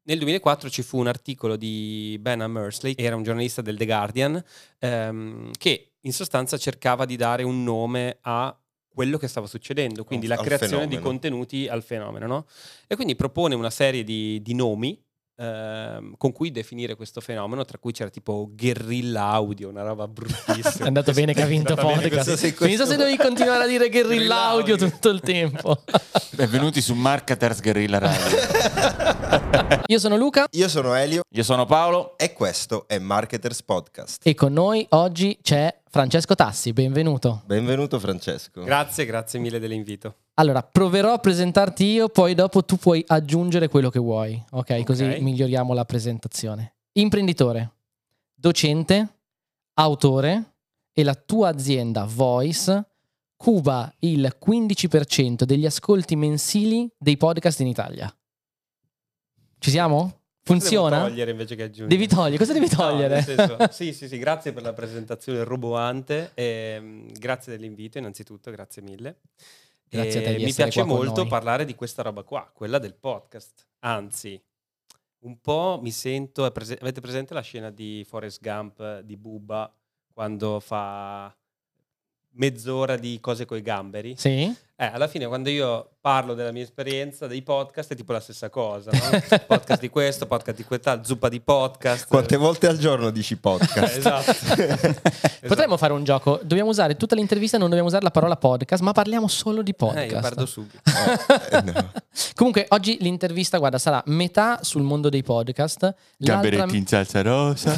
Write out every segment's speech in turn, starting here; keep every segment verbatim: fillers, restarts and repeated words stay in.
nel duemilaquattro ci fu un articolo di Ben Mersley, era un giornalista del The Guardian, ehm, che in sostanza cercava di dare un nome a quello che stava succedendo, quindi Al la creazione fenomeno. di contenuti al fenomeno, no? E quindi propone una serie di, di nomi ehm, con cui definire questo fenomeno, tra cui c'era tipo guerrilla audio, una roba bruttissima. È andato bene che ha vinto È andata bene podcast. questo- questo- Pensa se dovevi continuare a dire guerrilla Guerrilla audio audio. tutto il tempo. Benvenuti su Marketers Guerrilla Radio. Io sono Luca Io sono Elio Io sono Paolo. e questo è Marketers Podcast. e con noi oggi c'è Francesco Tassi, benvenuto. Benvenuto Francesco. Grazie, grazie mille dell'invito. Allora, proverò a presentarti io, poi dopo tu puoi aggiungere quello che vuoi, ok? Così Ok. miglioriamo la presentazione. Imprenditore, docente, autore e la tua azienda Voice cuba il quindici per cento degli ascolti mensili dei podcast in Italia. Ci siamo? Funziona? Devo togliere invece che aggiungere. Devi togliere, cosa devi No, togliere? nel senso, sì, sì, sì, grazie per la presentazione roboante e mm, grazie dell'invito innanzitutto, grazie mille. Grazie a te E di mi essere piace qua con molto noi. parlare di questa roba qua, quella del podcast. Anzi, un po' mi sento, è prese- avete presente la scena di Forrest Gump di Bubba quando fa mezz'ora di cose coi gamberi? Sì? Eh, alla fine quando io parlo della mia esperienza dei podcast è tipo la stessa cosa, no? Podcast di questo, podcast di quell'altro, zuppa di podcast. Quante volte al giorno dici Eh, podcast? esatto. Potremmo fare un gioco, dobbiamo usare tutta l'intervista, non dobbiamo usare la parola podcast, ma parliamo solo di Eh, io podcast. perdo subito. Eh, no. Comunque oggi l'intervista, guarda, sarà metà sul mondo dei podcast, Gamberetti in salsa rosa.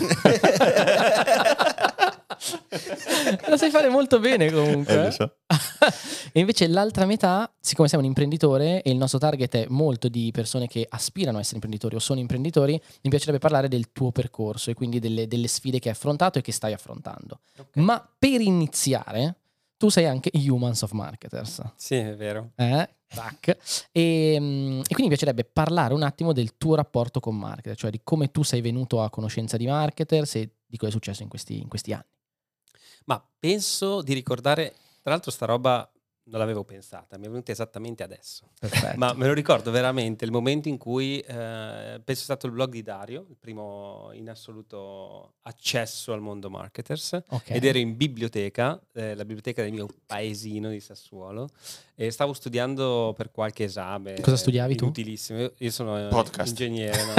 Lo sai fare molto bene comunque. Eh, lo so. E invece l'altra metà, siccome sei un imprenditore e il nostro target è molto di persone che aspirano a essere imprenditori o sono imprenditori, mi piacerebbe parlare del tuo percorso e quindi delle, delle sfide che hai affrontato e che stai affrontando. Ok. Ma per iniziare, tu sei anche Humans of Marketers. Sì, è vero. Eh? Tac. E, mm, e quindi mi piacerebbe parlare un attimo del tuo rapporto con marketer, cioè di come tu sei venuto a conoscenza di marketers e di cosa è successo in questi, in questi anni. Ma penso di ricordare, tra l'altro sta roba non l'avevo pensata, mi è venuta esattamente adesso. Perfetto. Ma me lo ricordo veramente il momento in cui, eh, penso sia stato il blog di Dario, il primo in assoluto accesso al mondo marketers, Ok. ed ero in biblioteca, eh, la biblioteca del mio paesino di Sassuolo, e stavo studiando per qualche esame. Cosa studiavi tu? Inutilissimo, io, io sono eh, Podcast. ingegnere. No?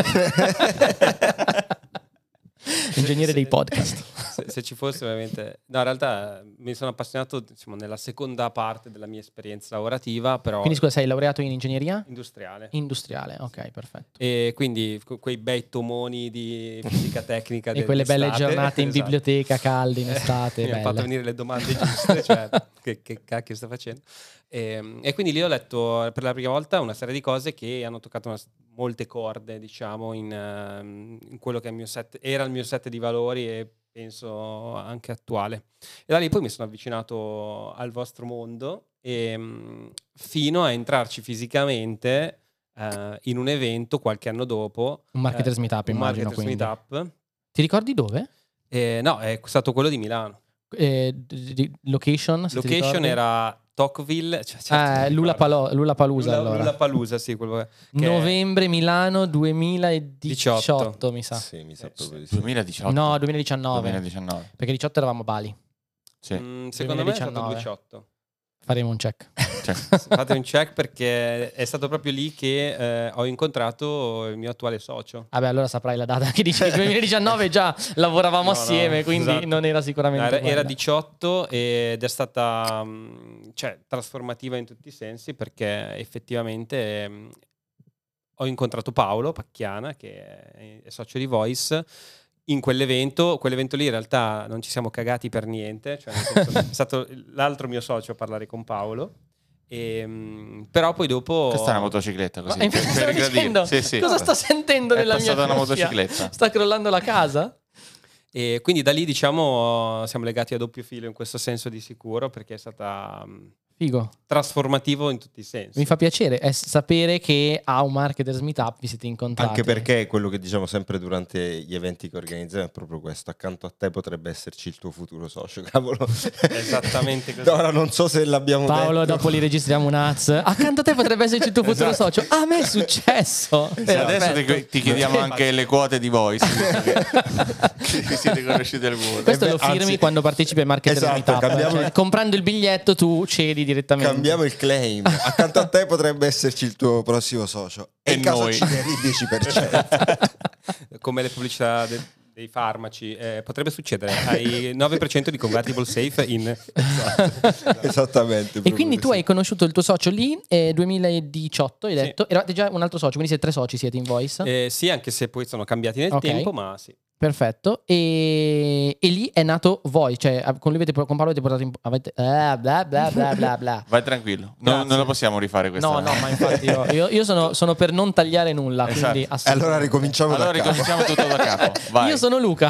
Ingegnere Se- dei podcast. Se, se ci fosse ovviamente... No, in realtà eh, mi sono appassionato, diciamo, nella seconda parte della mia esperienza lavorativa, però Quindi scusa, sei laureato in ingegneria? industriale. Industriale, ok, perfetto. E quindi que- quei bei tomoni di fisica tecnica E quelle belle dell'estate, giornate in esatto. biblioteca, calde, in estate, Mi ha fatto belle. venire le domande giuste, cioè che, che cacchio sta facendo. E, e quindi lì ho letto per la prima volta una serie di cose che hanno toccato una s- molte corde, diciamo, in, ehm, in quello che è il mio set, era il mio set di valori e penso anche attuale. E da lì poi mi sono avvicinato al vostro mondo e, mh, fino a entrarci fisicamente eh, in un evento qualche anno dopo. Un marketers eh, meetup, un immagino, Marketers quindi. Meetup. Ti ricordi dove? Eh, no, è stato quello di Milano. Eh, d- d- location? se ti Location ricordi? era Tocqueville, cioè, certo, Eh, mi Lula ricordo. Palo- Lula Palusa, Lula, allora. Lula Palusa, sì, quello che- che- Novembre Milano duemiladiciotto, diciotto. mi sa. Sì, mi sa Eh, proprio di sì. duemiladiciotto. No, duemiladiciannove. duemiladiciannove. Perché diciotto eravamo a Bali. Sì. Mm, secondo me è stato duemiladiciannove. diciotto. Faremo un check. Cioè, Fate un check perché è stato proprio lì che eh, ho incontrato il mio attuale socio. Vabbè, allora saprai la data che dici. duemiladiciannove già lavoravamo No, assieme, no, quindi esatto. non era sicuramente Era, era quella. diciotto ed è stata mm, cioè, trasformativa in tutti i sensi perché effettivamente mm, ho incontrato Paolo Pacchiana, che è, è socio di Voice, in quell'evento. Quell'evento lì in realtà non ci siamo cagati per niente, cioè, nel senso, è stato l'altro mio socio a parlare con Paolo. E, mm, però poi dopo questa è una motocicletta Ma così. infatti per- stavo per gradire. dicendo, Sì, sì. cosa sto sentendo È nella mia passata una cuffia? motocicletta. Sta crollando la casa? E quindi da lì, diciamo, siamo legati a doppio filo in questo senso di sicuro, perché è stata mm, Figo. trasformativo in tutti i sensi. Mi fa piacere è sapere che a un Marketers Meetup vi siete incontrati. Anche perché quello che diciamo sempre durante gli eventi che organizziamo è proprio questo: accanto a te potrebbe esserci il tuo futuro socio, cavolo. Esattamente così. Ora non so se l'abbiamo Paolo, detto. dopo li registriamo un A Z. Accanto a te potrebbe esserci il tuo futuro Esatto. socio. A me è successo. Sì, adesso Perfetto. ti, ti chiediamo anche le quote di Voice, visto che, che siete conosciuti al volo. Questo Eh beh, lo firmi anzi- quando partecipi al Marketers Esatto, Meetup. cambiamo Cioè, il- comprando il biglietto tu cedi direttamente. Cambiamo il claim. Accanto a te potrebbe esserci il tuo prossimo socio. E E in caso noi. ci vieni il dieci per cento. Come le pubblicità de- dei farmaci, eh, potrebbe succedere. Hai nove per cento di convertible safe in... Esattamente. E quindi tu hai conosciuto il tuo socio lì eh, duemiladiciotto, hai Sì. detto. Eravate già un altro socio, quindi siete tre soci, siete in Voice. Eh, sì, anche se poi sono cambiati nel Ok. tempo, ma sì. Perfetto. E, e lì è nato Voice, cioè con lui avete, con Paolo avete portato in... Avete, eh, bla bla bla bla bla. Vai tranquillo, non, Grazie. non la possiamo rifare questa. No, no, ma infatti io, io- io sono, sono per non tagliare nulla, Esatto. quindi E allora assolutamente. ricominciamo Allora da capo. ricominciamo tutto da capo. Vai. Io sono Luca.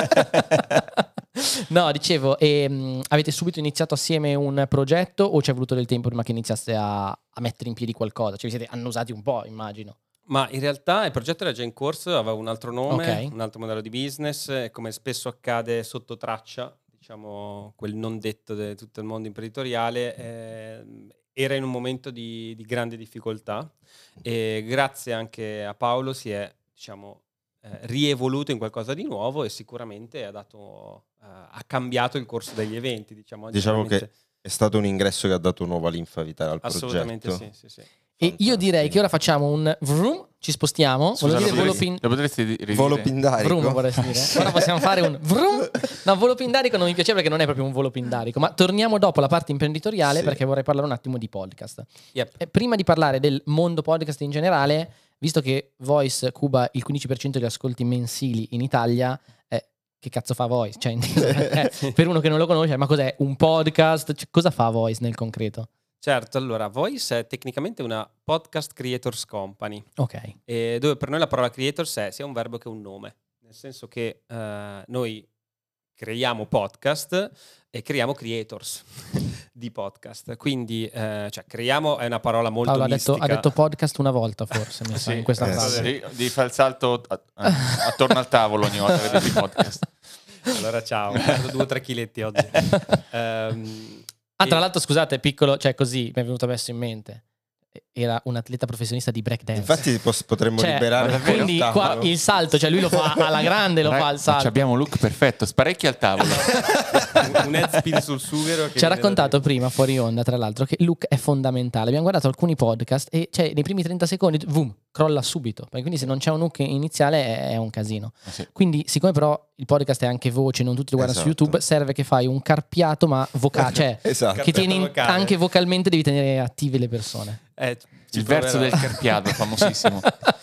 No, dicevo, ehm, avete subito iniziato assieme un progetto o ci è voluto del tempo prima che iniziaste a, a mettere in piedi qualcosa? Cioè vi siete annusati un po', immagino. Ma in realtà il progetto era già in corso, aveva un altro nome, Ok. un altro modello di business, e come spesso accade sotto traccia, diciamo quel non detto di tutto il mondo imprenditoriale, eh, era in un momento di, di grande difficoltà e grazie anche a Paolo si è, diciamo, eh, rievoluto in qualcosa di nuovo e sicuramente ha dato, eh, ha cambiato il corso degli eventi, diciamo. Oggi Diciamo veramente- che è stato un ingresso che ha dato nuova linfa vitale al assolutamente progetto. sì, sì, sì. E io direi che ora facciamo un vroom, ci spostiamo. Scusa, Volevo lo dire volo potresti, pin... lo potresti di- ridire? Volo pindarico. Vroom, vorresti dire. Ora possiamo fare un vroom. No, volo pindarico non mi piaceva perché non è proprio un volo pindarico. Ma torniamo dopo alla parte imprenditoriale Sì. perché vorrei parlare un attimo di podcast. Yep. E prima di parlare del mondo podcast in generale, visto che Voice cuba il quindici per cento degli ascolti mensili in Italia, eh, che cazzo fa Voice? Cioè, eh, per uno che non lo conosce, ma cos'è? Un podcast? Cioè, cosa fa Voice nel concreto? Certo, allora, Voice è tecnicamente una podcast creators company, Ok. e dove per noi la parola creators è sia un verbo che un nome, nel senso che eh, noi creiamo podcast e creiamo creators di podcast, quindi eh, cioè, creiamo è una parola molto Paolo ha detto, mistica. ha detto podcast una volta forse, mi sa, Sì, in questa eh, frase. sì. Devi, devi fare il salto a- a- attorno al tavolo ogni volta che dici podcast. Allora ciao, ho perso due o tre chiletti oggi. Ehm, Ah, tra e- l'altro, scusate, piccolo, cioè così mi è venuto messo in mente. Era un atleta professionista di breakdance. Infatti pos- potremmo Cioè, liberare ma davvero? quindi il qua tavolo. il salto, cioè lui lo fa alla grande, lo Rag- fa al ma salto. abbiamo un look perfetto, sparecchi al tavolo. un, un headspin sul sughero che Ci ha viene raccontato da- prima, fuori onda, tra l'altro, che look è fondamentale. Abbiamo guardato alcuni podcast e cioè, nei primi trenta secondi, boom, crolla subito. Perché quindi se non c'è un look iniziale è, è un casino. Ah, sì. Quindi, siccome però il podcast è anche voce, non tutti lo guardano su Esatto. YouTube, serve che fai un carpiato ma vocale, cioè Esatto. che tieni in- vocale. anche vocalmente devi tenere attive le persone. Eh, ci Il verso del proverò. carpiato, famosissimo.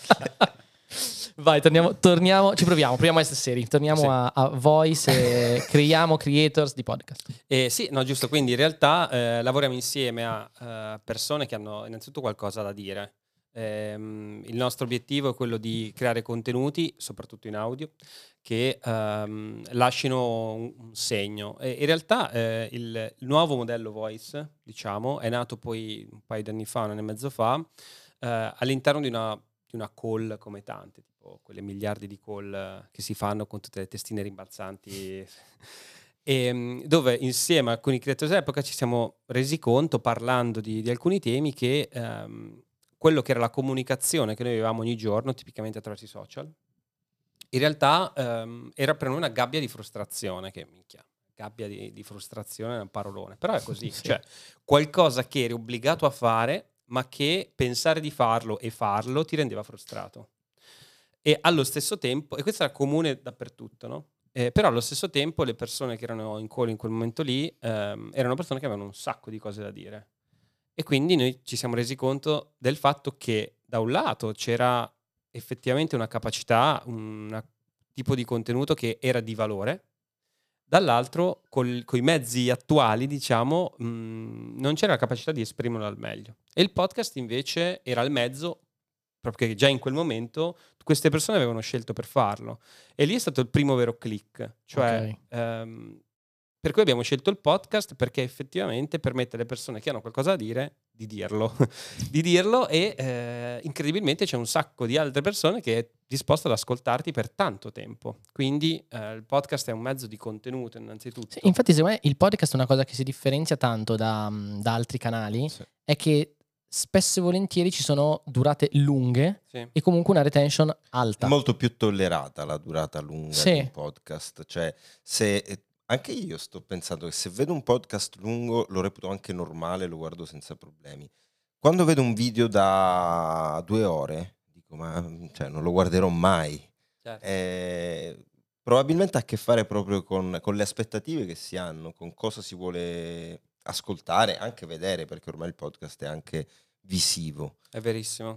Vai, torniamo, torniamo, ci proviamo, proviamo a essere seri. Torniamo Sì. a, a Voice e creiamo creators di podcast. Eh, sì, no, giusto. Quindi in realtà eh, lavoriamo insieme a eh, persone che hanno innanzitutto qualcosa da dire. Ehm, il nostro obiettivo è quello di creare contenuti, soprattutto in audio, che ehm, lasciano un, un segno. E in realtà eh, il, il nuovo modello Voice, diciamo, è nato poi un paio di anni fa, un anno e mezzo fa, eh, all'interno di una, di una call come tante, tipo quelle miliardi di call eh, che si fanno con tutte le testine rimbalzanti. E, mh, dove insieme a alcuni creatori d'epoca ci siamo resi conto, parlando di, di alcuni temi, che ehm, quello che era la comunicazione che noi avevamo ogni giorno, tipicamente attraverso i social, in realtà ehm, era per noi una gabbia di frustrazione, che minchia, gabbia di, di frustrazione è un parolone, però è così, Sì. cioè qualcosa che eri obbligato a fare, ma che pensare di farlo e farlo ti rendeva frustrato. E allo stesso tempo, e questo era comune dappertutto, no? Eh, però allo stesso tempo le persone che erano in call in quel momento lì ehm, erano persone che avevano un sacco di cose da dire. E quindi noi ci siamo resi conto del fatto che da un lato c'era effettivamente una capacità, un tipo di contenuto che era di valore, dall'altro con i mezzi attuali, diciamo, mh, non c'era la capacità di esprimerlo al meglio. E il podcast invece era il mezzo, proprio che già in quel momento queste persone avevano scelto per farlo. E lì è stato il primo vero click, cioè Ok. ehm, per cui abbiamo scelto il podcast, perché effettivamente permette alle persone che hanno qualcosa da dire di dirlo, di dirlo e eh, incredibilmente c'è un sacco di altre persone che è disposta ad ascoltarti per tanto tempo. Quindi eh, il podcast è un mezzo di contenuto innanzitutto. Sì, infatti secondo me il podcast è una cosa che si differenzia tanto da, da altri canali, Sì. è che spesso e volentieri ci sono durate lunghe Sì. e comunque una retention È alta. molto più tollerata la durata lunga Sì. di un podcast. Cioè, se anche io sto pensando che se vedo un podcast lungo lo reputo anche normale, lo guardo senza problemi. Quando vedo un video da due ore, dico, ma cioè, non lo guarderò mai. Certo. Eh, probabilmente ha a che fare proprio con, con le aspettative che si hanno, con cosa si vuole ascoltare, anche vedere, perché ormai il podcast è anche visivo. È verissimo.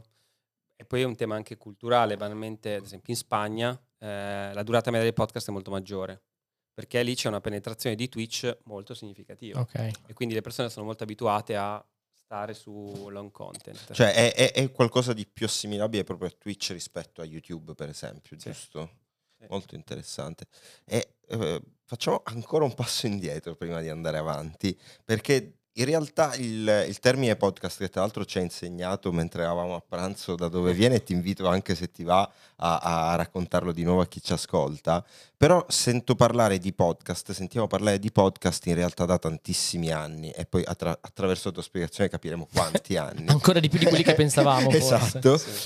E poi è un tema anche culturale, banalmente, ad esempio in Spagna eh, la durata media del podcast è molto maggiore, perché lì c'è una penetrazione di Twitch molto significativa Ok. e quindi le persone sono molto abituate a stare su long content. Cioè è, è- è qualcosa di più assimilabile proprio a Twitch rispetto a YouTube, per esempio, Sì. giusto? Sì. Molto interessante. E eh, facciamo ancora un passo indietro prima di andare avanti, perché in realtà il, il termine podcast, che tra l'altro ci ha insegnato mentre eravamo a pranzo, da dove viene, e ti invito anche, se ti va, a, a raccontarlo di nuovo a chi ci ascolta. Però sento parlare di podcast, sentiamo parlare di podcast in realtà da tantissimi anni, e poi attra- attraverso la tua spiegazione capiremo quanti anni. Ancora di più di quelli che pensavamo, forse. Esatto. Sì.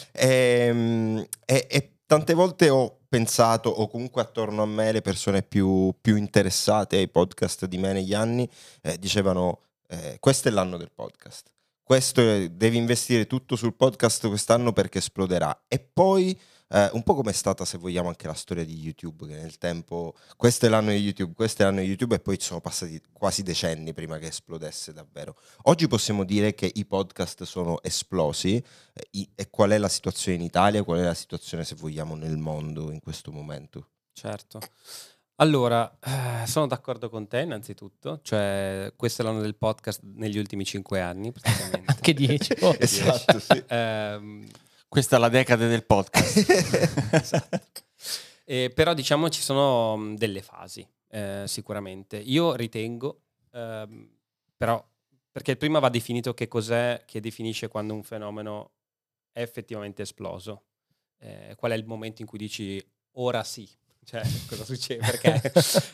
Ehm, E, e tante volte ho pensato, o comunque attorno a me le persone più, più interessate ai podcast di me negli anni, eh, dicevano eh, questo è l'anno del podcast, questo è- devi investire tutto sul podcast quest'anno perché esploderà. E poi eh, un po' come è stata, se vogliamo, anche la storia di YouTube, che nel tempo questo è l'anno di YouTube, questo è l'anno di YouTube, e poi ci sono passati quasi decenni prima che esplodesse davvero. Oggi possiamo dire che i podcast sono esplosi. Eh, i- E qual è la situazione in Italia? Qual è la situazione, se vogliamo, nel mondo in questo momento? Certo. Allora, eh, sono d'accordo con te innanzitutto, cioè questo è l'anno del podcast negli ultimi cinque anni praticamente. Anche dieci. Oh. Esatto, sì. Ehm, Questa è la decade del podcast. esatto. Eh, però diciamo ci sono mh, delle fasi, eh, sicuramente. Io ritengo, ehm, però, perché prima va definito che cos'è che definisce quando un fenomeno è effettivamente esploso. Eh, qual è il momento in cui dici ora sì, cioè cosa succede, perché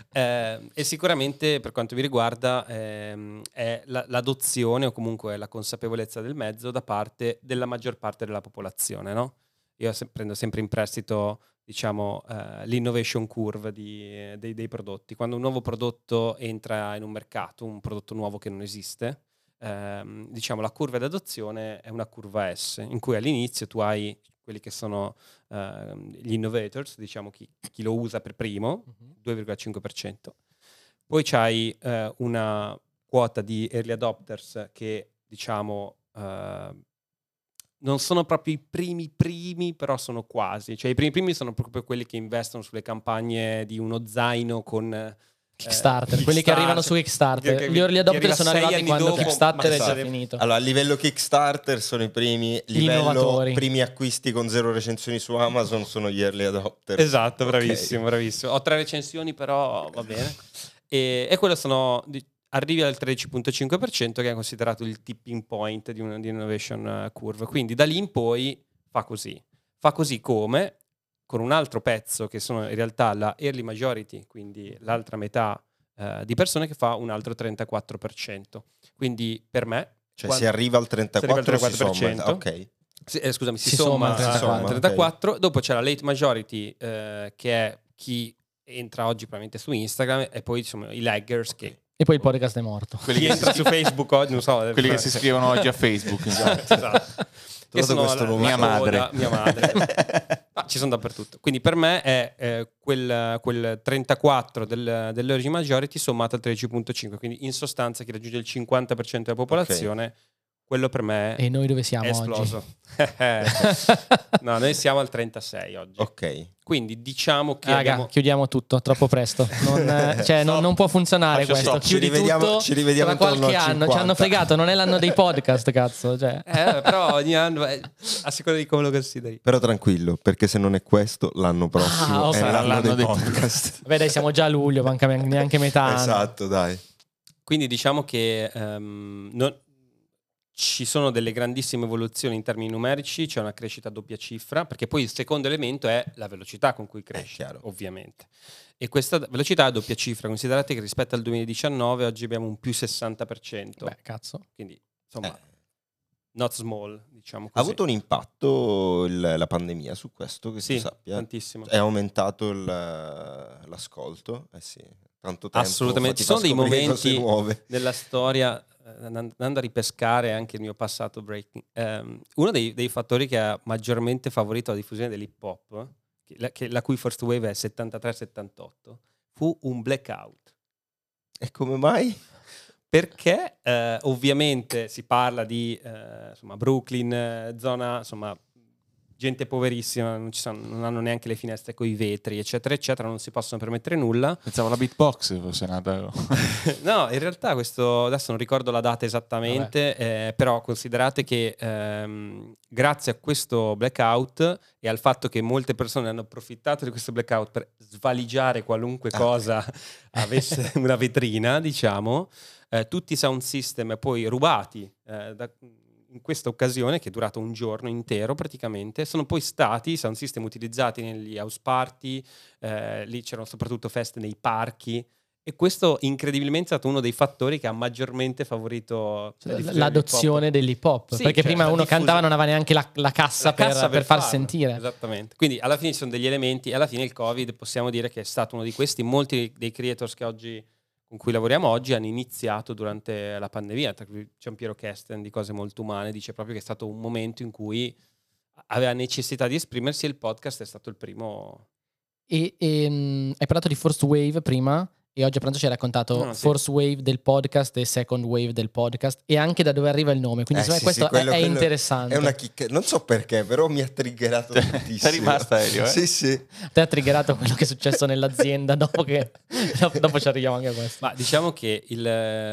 eh, e sicuramente per quanto mi riguarda ehm, è la- l'adozione o comunque la consapevolezza del mezzo da parte della maggior parte della popolazione, no? Io se- prendo sempre in prestito, diciamo, eh, l'innovation curve di- dei, dei prodotti. Quando un nuovo prodotto entra in un mercato, un prodotto nuovo che non esiste, ehm, diciamo la curva d'adozione è una curva S, in cui all'inizio tu hai quelli che sono ehm, gli innovators, diciamo chi, chi lo usa per primo, due virgola cinque per cento. Poi c'hai eh, una quota di early adopters che, diciamo, eh, non sono proprio i primi primi, però sono quasi. Cioè i primi primi sono proprio quelli che investono sulle campagne di uno zaino con... eh, Kickstarter, quelli che arrivano su Kickstarter. Che- Gli early che adopter arriva sono sei arrivati anni quando dopo, Kickstarter ma è già sarebbe- finito. Allora, a livello Kickstarter sono i primi, Gli livello innovatori. primi acquisti con zero recensioni su Amazon sono gli early adopter. Esatto, Ok. bravissimo, bravissimo. Ho tre recensioni, però va bene. E, e quello sono... di- arrivi al tredici virgola cinque per cento, che è considerato il tipping point di una di innovation eh, curve. Quindi da lì in poi fa così. Fa così come con un altro pezzo che sono in realtà la early majority, quindi l'altra metà eh, di persone, che fa un altro trentaquattro per cento. Quindi per me... Cioè quando- si arriva al trentaquattro, si arriva al si somma. trentaquattro per Ok. Sì, eh, scusami, si, Si somma, somma al al trentaquattro. trentaquattro. Dopo c'è la late majority, eh, che è chi entra oggi probabilmente su Instagram, e poi insomma i laggers che E poi il podcast è morto. Quelli chi che, entra si, su Facebook oggi, non so. quelli che si iscrivono oggi a Facebook. Esatto, esatto. Che Trovato sono questo la- nuovo la Mia coda, madre. mia madre. Ah, ci sono dappertutto. Quindi per me è eh, quel, quel trentaquattro del, dell'origin majority sommato al tredici virgola cinque. Quindi in sostanza chi raggiunge il cinquanta per cento della popolazione quello per me E noi dove siamo è oggi? esploso. No, noi siamo al trentasei oggi. Ok. Quindi diciamo che Raga, abbiamo... chiudiamo tutto, troppo presto. Non, eh, cioè, non, non può funzionare Faccio questo. stop. Ci Chiudi rivediamo- tutto ci rivediamo tra intorno qualche al anno. Ci hanno cinquanta. fregato, non è l'anno dei podcast, cazzo. Cioè. Eh, però ogni anno, eh, a seconda di come lo consideri. Però tranquillo, perché se non è questo, l'anno prossimo Ah, ok. è Sarà l'anno, l'anno dei dei podcast. Vabbè, dai, siamo già a luglio, manca neanche metà anno. Esatto, dai. Quindi diciamo che ehm, non- ci sono delle grandissime evoluzioni in termini numerici, c'è una crescita a doppia cifra, perché poi il secondo elemento è la velocità con cui cresce, chiaro. ovviamente. E questa velocità a doppia cifra, considerate che rispetto al duemiladiciannove oggi abbiamo un più sessanta per cento, Beh, cazzo. quindi insomma, Eh. not small, diciamo Ha così. avuto un impatto il- la pandemia su questo, che Sì, tu sappia? tantissimo. È aumentato il- l'ascolto? Eh sì, tanto tempo. Assolutamente. ti Ci sono fa dei scoprire cose momenti nuove. nella storia, eh, andando a ripescare anche il mio passato breaking, ehm, uno dei, dei fattori che ha maggiormente favorito la diffusione dell'hip hop, che la, che- la cui first wave è settantatré settantotto, fu un blackout. E come mai? Perché eh, ovviamente si parla di eh, insomma, Brooklyn, eh, zona, insomma, gente poverissima, non, ci sono- non hanno neanche le finestre con i vetri, eccetera, eccetera, non si possono permettere nulla. Pensavo la beatbox fosse nata. No, in realtà questo, adesso non ricordo la data esattamente, eh, però considerate che ehm, grazie a questo blackout e al fatto che molte persone hanno approfittato di questo blackout per svaligiare qualunque Ah. cosa avesse una vetrina, diciamo, eh, tutti i sound system poi rubati eh, da- in questa occasione, che è durato un giorno intero praticamente, sono poi stati sound system utilizzati negli house party, eh, lì c'erano soprattutto feste nei parchi, e questo incredibilmente è stato uno dei fattori che ha maggiormente favorito la diffusione L'adozione dell'hip hop. Sì, perché cioè, prima la uno diffusione- cantava e non aveva neanche la, la cassa, la per, cassa per far farlo. sentire. Esattamente. Quindi alla fine ci sono degli elementi, e alla fine il Covid possiamo dire che è stato uno di questi. Molti dei creators che oggi con cui lavoriamo oggi hanno iniziato durante la pandemia, tra cui Giampiero Kesten di Cose Molto Umane dice proprio che è stato un momento in cui aveva necessità di esprimersi e il podcast è stato il primo. E, e, mh, hai parlato di First Wave prima e oggi a pranzo ci hai raccontato Ah, sì. First Wave del podcast e Second Wave del podcast e anche da dove arriva il nome. Quindi Eh, secondo me sì, questo sì, quello- è, è quello interessante. È una chicca, non so perché, però mi ha triggerato tantissimo. Sei rimasta Elio, eh? Sì, sì. Te ha triggerato quello che è successo nell'azienda dopo che dopo, dopo ci arriviamo anche a questo. Ma diciamo che il...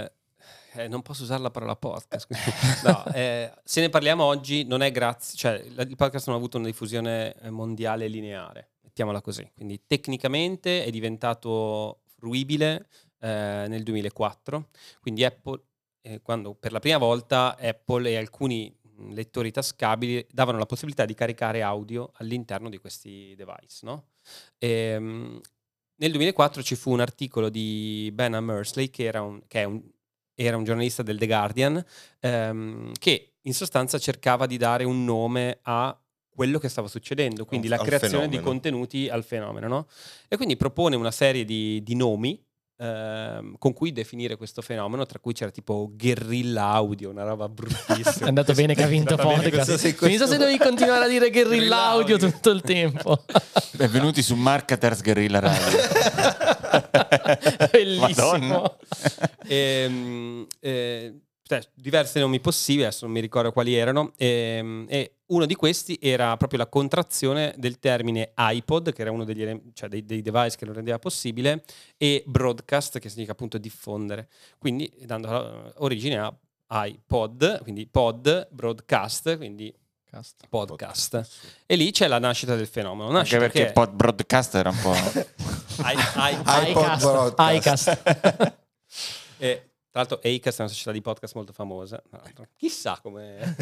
eh, non posso usare la parola podcast. quindi- no, eh, se ne parliamo oggi non è grazie... Cioè, la- il podcast non ha avuto una diffusione eh, mondiale lineare, mettiamola così. Quindi tecnicamente è diventato fruibile eh, nel duemilaquattro. Quindi Apple, eh, quando per la prima volta Apple e alcuni mh, lettori tascabili davano la possibilità di caricare audio all'interno di questi device, no? Ehm, nel duemilaquattro ci fu un articolo di Ben Mersley, che era un, che è un, era un giornalista del The Guardian, ehm, che in sostanza cercava di dare un nome a quello che stava succedendo, quindi Al la creazione di fenomeno. contenuti al fenomeno, no? E quindi propone una serie di, di nomi ehm, con cui definire questo fenomeno, tra cui c'era tipo guerrilla audio, una roba È bruttissima. andato bene che ha vinto È andata bene podcast. questo- questo- Chissà se devi continuare a dire guerrilla Guerrilla audio audio. tutto il tempo. Benvenuti su Marketers Guerrilla Radio. Bellissimo. Madonna. Ehm, eh, cioè, diversi nomi possibili, adesso non mi ricordo quali erano, ehm, e uno di questi era proprio la contrazione del termine iPod, che era uno degli, ele- cioè dei, dei device che lo rendeva possibile, e broadcast, che significa appunto diffondere, quindi dando eh, origine a iPod, quindi pod, broadcast, quindi Cast. podcast. E lì c'è la nascita del fenomeno. Anche Nascita perché che il pod broadcast era un po'. I- I- iPod iCast. broadcast. iCast. E, tra l'altro Acast è una società di podcast molto famosa. Tra l'altro. Chissà come...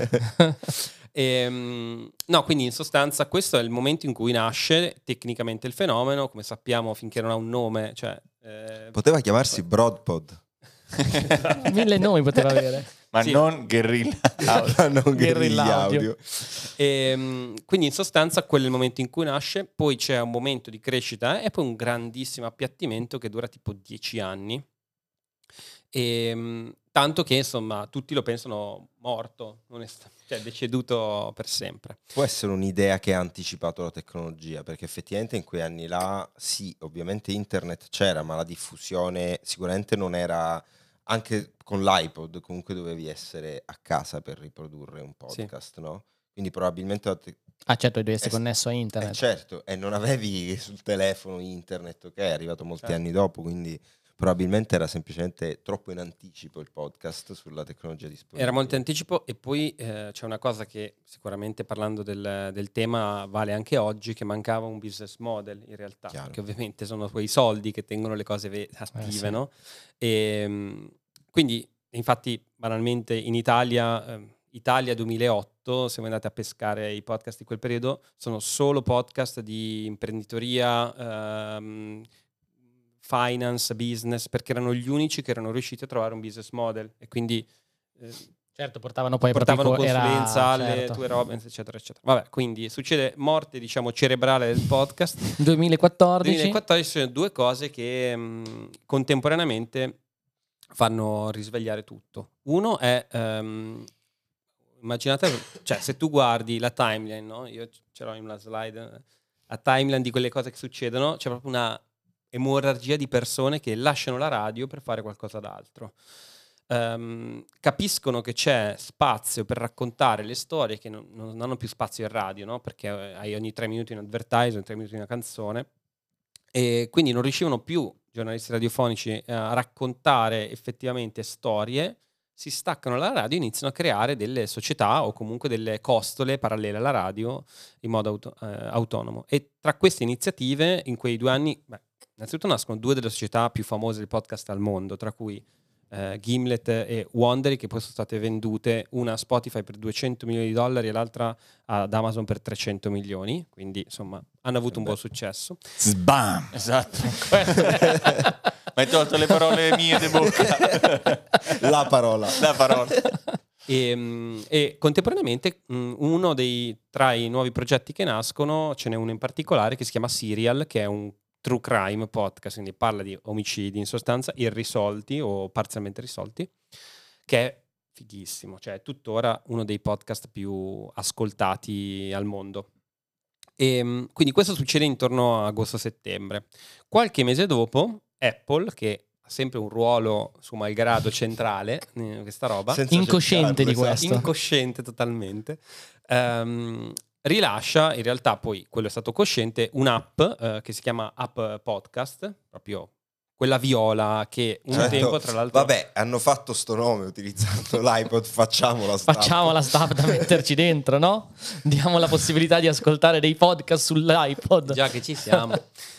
Ehm, no, quindi in sostanza questo è il momento in cui nasce tecnicamente il fenomeno, come sappiamo finché non ha un nome, cioè... eh, Poteva chiamarsi Broadpod. Mille nomi poteva avere. Ma Sì. non guerrilla. non Guerrilla guerriglia audio. audio. Ehm, quindi in sostanza quello è il momento in cui nasce, poi c'è un momento di crescita e poi un grandissimo appiattimento che dura tipo dieci anni. Ehm, tanto che insomma tutti lo pensano morto, onest- cioè deceduto per sempre. Può essere un'idea che ha anticipato la tecnologia, perché effettivamente in quei anni là, sì, ovviamente internet c'era, ma la diffusione sicuramente non era anche con l'iPod comunque dovevi essere a casa per riprodurre un podcast, sì. no? Quindi probabilmente... Ah certo, devi essere è, connesso a internet. Eh, certo, e non avevi sul telefono internet, ok, è arrivato molti certo. anni dopo, quindi probabilmente era semplicemente troppo in anticipo il podcast sulla tecnologia disponibile. Era molto in anticipo e poi eh, c'è una cosa che sicuramente parlando del, del tema vale anche oggi, che mancava un business model in realtà, Chiaro. Che ovviamente sono quei soldi che tengono le cose ve- attive, eh, sì. no? E, quindi infatti banalmente in Italia... Eh, Italia duemilaotto, se voi andate a pescare i podcast di quel periodo, sono solo podcast di imprenditoria, ehm, finance, business, perché erano gli unici che erano riusciti a trovare un business model e quindi eh, certo portavano poi portavano proprio consulenza era, alle certo. tue robe, eccetera, eccetera. Vabbè, quindi succede morte, diciamo, cerebrale del podcast. duemilaquattordici duemilaquattordici sono due cose che mh, contemporaneamente fanno risvegliare tutto. Uno è... Um, immaginate, cioè se tu guardi la timeline, no? Io ce l'ho in una slide, la timeline di quelle cose che succedono, c'è proprio una emorragia di persone che lasciano la radio per fare qualcosa d'altro. Um, capiscono che c'è spazio per raccontare le storie che non, non hanno più spazio in radio, no? Perché hai ogni tre minuti un advertisement, tre minuti una canzone, e quindi non riuscivano più giornalisti radiofonici a raccontare effettivamente storie. Si staccano dalla radio e iniziano a creare delle società o comunque delle costole parallele alla radio in modo auto, eh, autonomo. E tra queste iniziative, in quei due anni, beh, innanzitutto nascono due delle società più famose del podcast al mondo, tra cui eh, Gimlet e Wondery, che poi sono state vendute, una a Spotify per duecento milioni di dollari e l'altra ad Amazon per trecento milioni. Quindi, insomma, hanno avuto un buon successo. Sbam! Esatto. Mi hai tolto le parole mie di bocca. La parola. La parola. E, e contemporaneamente mh, uno dei tra i nuovi progetti che nascono, ce n'è uno in particolare che si chiama Serial, che è un true crime podcast, quindi parla di omicidi in sostanza irrisolti o parzialmente risolti, che è fighissimo, cioè è tuttora uno dei podcast più ascoltati al mondo. E, quindi questo succede intorno a agosto-settembre. Qualche mese dopo Apple, che ha sempre un ruolo su malgrado centrale in questa roba, senza incosciente di questo, incosciente totalmente, um, rilascia, in realtà poi quello è stato cosciente, un'app uh, che si chiama App Podcast, proprio quella viola che un certo. tempo tra l'altro... Vabbè, hanno fatto sto nome utilizzando l'iPod, facciamo la staff. Facciamo la staff da metterci dentro, no? Diamo la possibilità di ascoltare dei podcast sull'iPod. Già che ci siamo.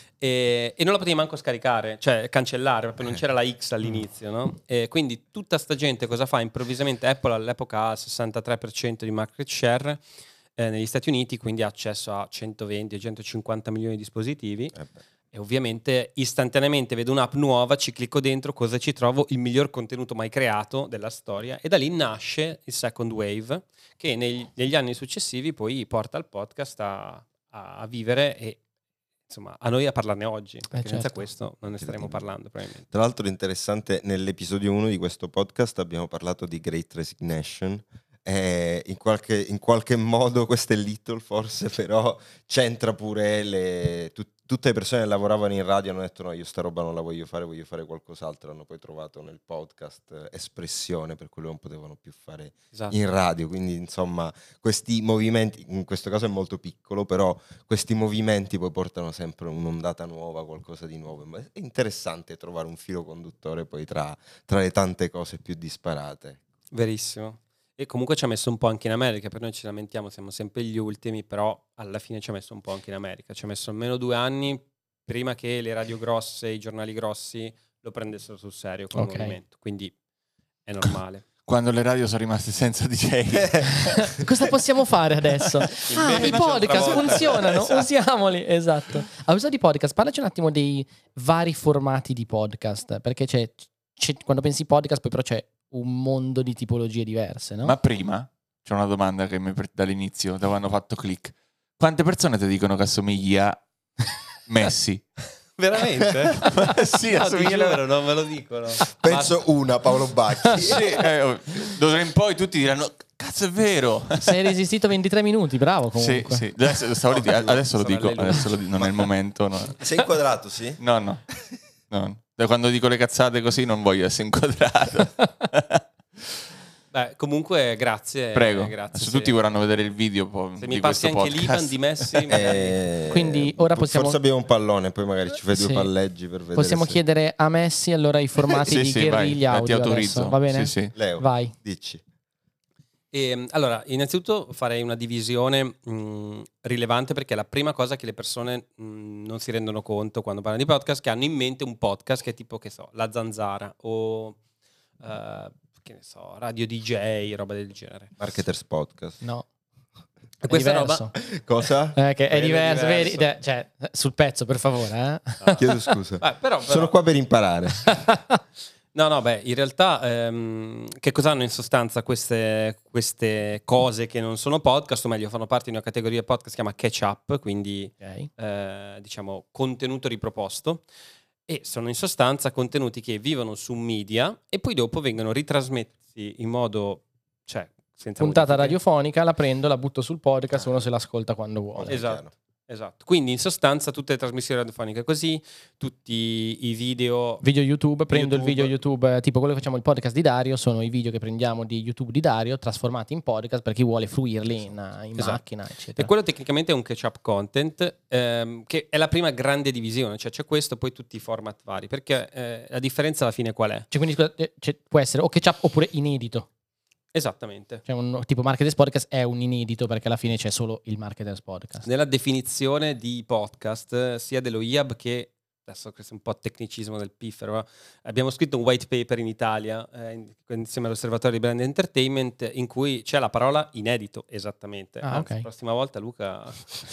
E, e non la potevi manco scaricare, cioè cancellare, proprio non c'era la X all'inizio, no? E quindi tutta sta gente cosa fa? Improvvisamente Apple all'epoca ha il sessantatré per cento di market share eh, negli Stati Uniti, quindi ha accesso a centoventi centocinquanta milioni di dispositivi. Eh e ovviamente istantaneamente vedo un'app nuova, ci clicco dentro, cosa ci trovo? Il miglior contenuto mai creato della storia, e da lì nasce il Second Wave, che negli, negli anni successivi poi porta il podcast a, a, a vivere e insomma a noi a parlarne oggi, perché eh certo. senza questo non ne staremo parlando probabilmente. Tra l'altro interessante, nell'episodio uno di questo podcast abbiamo parlato di Great Resignation. Eh, in, qualche, in qualche modo questo è little forse, però c'entra pure le, tu, tutte le persone che lavoravano in radio hanno detto no, io sta roba non la voglio fare, voglio fare qualcos'altro, hanno poi trovato nel podcast espressione per quello che non potevano più fare esatto. in radio, quindi insomma questi movimenti, in questo caso è molto piccolo, però questi movimenti poi portano sempre un'ondata nuova, qualcosa di nuovo. Ma è interessante trovare un filo conduttore poi tra, tra le tante cose più disparate. Verissimo. E comunque ci ha messo un po' anche in America, per noi ci lamentiamo, siamo sempre gli ultimi, però alla fine ci ha messo un po' anche in America, ci ha messo almeno due anni prima che le radio grosse, i giornali grossi lo prendessero sul serio come okay. movimento, quindi è normale. Quando le radio sono rimaste senza D J. Cosa possiamo fare adesso? Ah, i podcast funzionano, esatto. usiamoli, esatto. A proposito di podcast, parlaci un attimo dei vari formati di podcast, perché c'è, c'è quando pensi podcast poi però c'è un mondo di tipologie diverse, no? Ma prima c'è una domanda che mi dall'inizio, da quando ho fatto click. Quante persone ti dicono che assomigli a Messi? Veramente? Sì, no, assomiglia, non me lo dicono. Penso Ma... una, Paolo Bacchi. Sì, eh, d'ora in poi tutti diranno cazzo è vero. Sei resistito ventitré minuti, bravo comunque. Sì, sì. Adesso, stavo no, di... adesso lo dico, adesso lo dico, non è il momento. No. Sei inquadrato, sì? No, no. no. Da quando dico le cazzate così non voglio essere inquadrato. Beh, comunque grazie. Prego. Grazie, Se se- tutti vorranno vedere il video po- Se di mi passi questo anche podcast. l'I B A N di Messi, magari- Eh, Quindi ora po- possiamo- Forse abbiamo un pallone, poi magari ci fai due Sì. palleggi per vedere. Possiamo se- chiedere a Messi allora i formati Sì, di sì, vai, guerriglia eh, ti audio autorizzo. adesso. Va bene? Sì, sì. Leo, Vai. dici. E, allora, innanzitutto farei una divisione mh, rilevante, perché è la prima cosa che le persone mh, non si rendono conto quando parlano di podcast, che hanno in mente un podcast che è tipo, che so, La Zanzara o eh, che ne so, Radio D J, roba del genere. Marketers Podcast. No. E questa diverso. roba Cosa? Eh, che è Vedi, è diverso, diverso. vedi? Eh, cioè, sul pezzo, per favore. Eh? Chiedo scusa. Beh, però, però- Sono qua per imparare. No, no, beh, in realtà ehm, che cosa hanno in sostanza queste, queste cose che non sono podcast, o meglio, fanno parte di una categoria podcast che si chiama catch up, quindi Ok. eh, diciamo contenuto riproposto, e sono in sostanza contenuti che vivono su un media e poi dopo vengono ritrasmessi in modo, cioè, senza Puntata modifiche. radiofonica, la prendo, la butto sul podcast, uno se l'ascolta quando vuole. Esatto. Chiaro. Esatto, quindi in sostanza tutte le trasmissioni radiofoniche così, tutti i video. Video YouTube, prendo il YouTube. video YouTube, eh, tipo quello che facciamo il podcast di Dario, sono i video che prendiamo di YouTube di Dario, trasformati in podcast per chi vuole fruirli in, eh, in Esatto. macchina, E eccetera. quello tecnicamente è un catch-up content, ehm, che è la prima grande divisione, cioè c'è questo, poi tutti i format vari, perché eh, la differenza alla fine qual è? Cioè, quindi scusa, eh, cioè, può essere o catch-up oppure inedito. Esattamente. Cioè, un tipo Marketers Podcast è un inedito perché alla fine c'è solo il Marketers Podcast. Nella definizione di podcast, eh, sia dello I A B che, adesso questo è un po' tecnicismo del piffero, ma abbiamo scritto un white paper in Italia, eh, in- insieme all'Osservatorio di Brand Entertainment, in cui c'è la parola inedito, esattamente. Ah, Anzi, ok. la prossima volta Luca...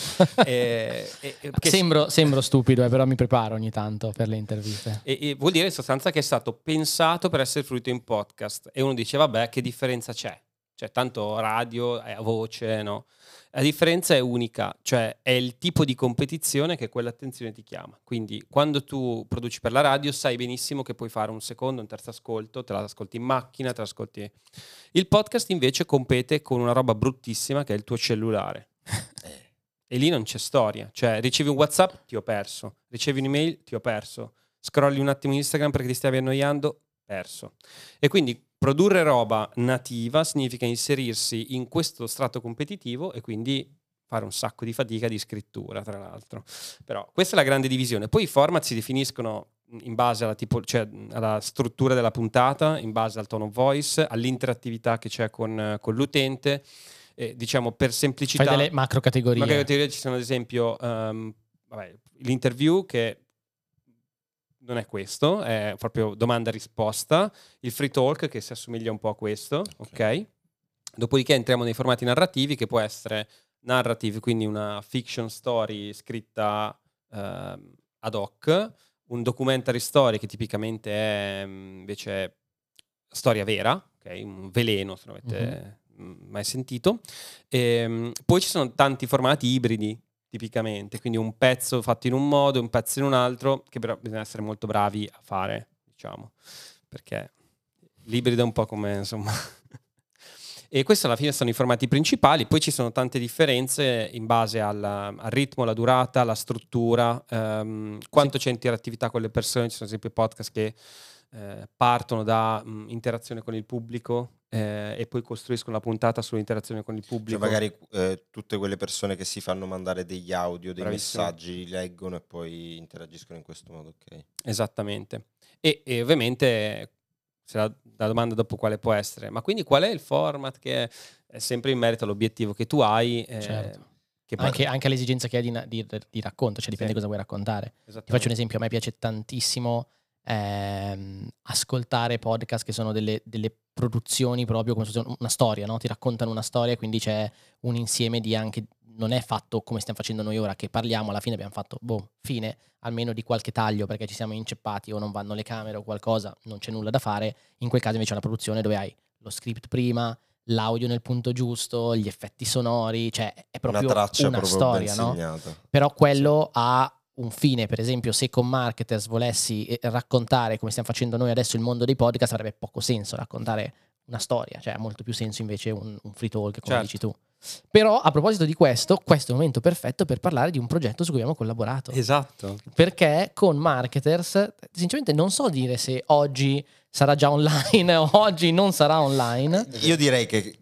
eh, eh, eh, che- Sembro, sembro stupido, eh, però mi preparo ogni tanto per le interviste. E, e vuol dire in sostanza che è stato pensato per essere fruito in podcast. E uno dice, vabbè, che differenza c'è? Cioè, tanto radio è a voce, no? La differenza è unica, cioè è il tipo di competizione che quell'attenzione ti chiama. Quindi quando tu produci per la radio sai benissimo che puoi fare un secondo, un terzo ascolto, te l'ascolti in macchina, te l'ascolti... Il podcast invece compete con una roba bruttissima che è il tuo cellulare. E lì non c'è storia, cioè ricevi un WhatsApp, ti ho perso, ricevi un'email, ti ho perso, scrolli un attimo Instagram perché ti stavi annoiando, perso. E quindi produrre roba nativa significa inserirsi in questo strato competitivo e quindi fare un sacco di fatica di scrittura, tra l'altro. Però questa è la grande divisione. Poi i format si definiscono in base alla, tipo, cioè, alla struttura della puntata, in base al tone of voice, all'interattività che c'è con, con l'utente. Eh, diciamo per semplicità, Fai delle macro categorie. magari teoria ci sono ad esempio um, vabbè, l'interview, che non è questo, è proprio domanda-risposta, il free talk che si assomiglia un po' a questo, ok? Dopodiché entriamo nei formati narrativi, che può essere narrative, quindi una fiction story scritta ehm, ad hoc, un documentary story che tipicamente è mm, invece storia vera, ok? Un veleno, se non avete mm, mai sentito. Ehm, poi ci sono tanti formati ibridi, tipicamente, quindi un pezzo fatto in un modo, un pezzo in un altro, che però bisogna essere molto bravi a fare, diciamo, perché l'ibrido è un po' come, insomma... E questi alla fine sono i formati principali, poi ci sono tante differenze in base alla- al ritmo, alla durata, alla struttura, ehm, quanto c'è interattività con le persone. Ci sono ad esempio podcast che eh, partono da mh, interazione con il pubblico eh, e poi costruiscono la puntata sull'interazione con il Cioè pubblico. magari eh, tutte quelle persone che si fanno mandare degli audio, dei Bravissimo. messaggi, li leggono e poi interagiscono in questo modo, ok? Esattamente. E, e ovviamente se la, la domanda dopo quale può essere, ma quindi qual è il format, che è sempre in merito all'obiettivo che tu hai, eh, Certo. che poi- Anche, anche all'esigenza che hai di, na- di- di racconto, cioè dipende Sì. cosa vuoi raccontare. Ti Esattamente. faccio un esempio, a me piace tantissimo ehm, ascoltare podcast che sono delle, delle produzioni proprio come se fosse una storia, no? Ti raccontano una storia, quindi c'è un insieme di anche, non è fatto come stiamo facendo noi ora, che parliamo, alla fine abbiamo fatto, boh, fine, almeno di qualche taglio perché ci siamo inceppati o non vanno le camere o qualcosa, non c'è nulla da fare. In quel caso invece è una produzione dove hai lo script prima, l'audio nel punto giusto, gli effetti sonori, cioè è proprio Una traccia una proprio storia, ben no? segnata. Però quello ha un fine. Per esempio, se con Marketers volessi eh, raccontare come stiamo facendo noi adesso il mondo dei podcast, avrebbe poco senso raccontare una storia, cioè ha molto più senso invece un, un free talk, come Certo. dici tu. Però a proposito di questo, questo è il momento perfetto per parlare di un progetto su cui abbiamo collaborato. Esatto. Perché con Marketers, sinceramente non so dire se oggi sarà già online o oggi non sarà online. Io direi che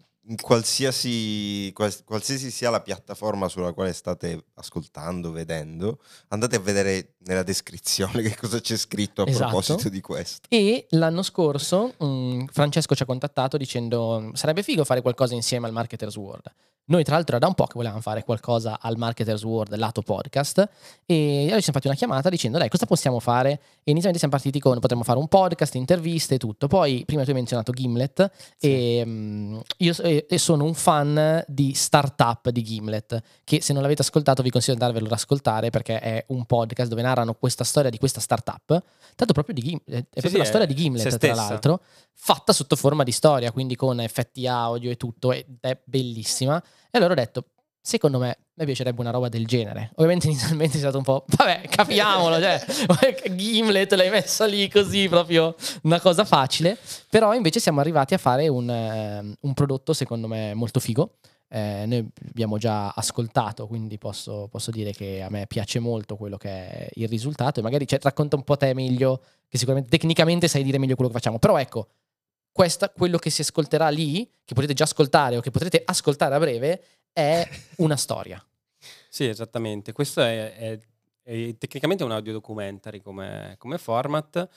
qualsiasi, quals- qualsiasi sia la piattaforma sulla quale state ascoltando, vedendo, andate a vedere nella descrizione che cosa c'è scritto a Esatto. proposito di questo. E l'anno scorso mh, Francesco ci ha contattato dicendo sarebbe figo fare qualcosa insieme al Marketers World. Noi tra l'altro era da un po' che volevamo fare qualcosa al Marketers World lato podcast, e allora ci siamo fatti una chiamata dicendo dai, cosa possiamo fare? E inizialmente siamo partiti con potremmo fare un podcast, interviste e tutto. Poi prima tu hai menzionato Gimlet, Sì. e mh, io e- e sono un fan di Startup di Gimlet, che se non l'avete ascoltato vi consiglio di andarvelo ad ascoltare, perché è un podcast dove narrano questa storia di questa startup, tanto proprio di Gimlet, è proprio sì, la è storia di Gimlet se tra stessa. l'altro, fatta sotto forma di storia, quindi con effetti audio e tutto, ed è bellissima. E allora ho detto, secondo me mi piacerebbe una roba del genere. Ovviamente inizialmente è stato un po', vabbè, capiamolo, cioè Gimlet l'hai messa lì così, proprio una cosa facile. Però invece siamo arrivati a fare un, eh, un prodotto secondo me molto figo. Eh, noi abbiamo già ascoltato, quindi posso, posso dire che a me piace molto quello che è il risultato, e magari cioè, racconta un po' te meglio, che sicuramente tecnicamente sai dire meglio quello che facciamo. Però ecco, questa, quello che si ascolterà lì, che potete già ascoltare o che potrete ascoltare a breve, è una storia. Sì, esattamente. Questo è, è- è tecnicamente un audio documentary come, come format,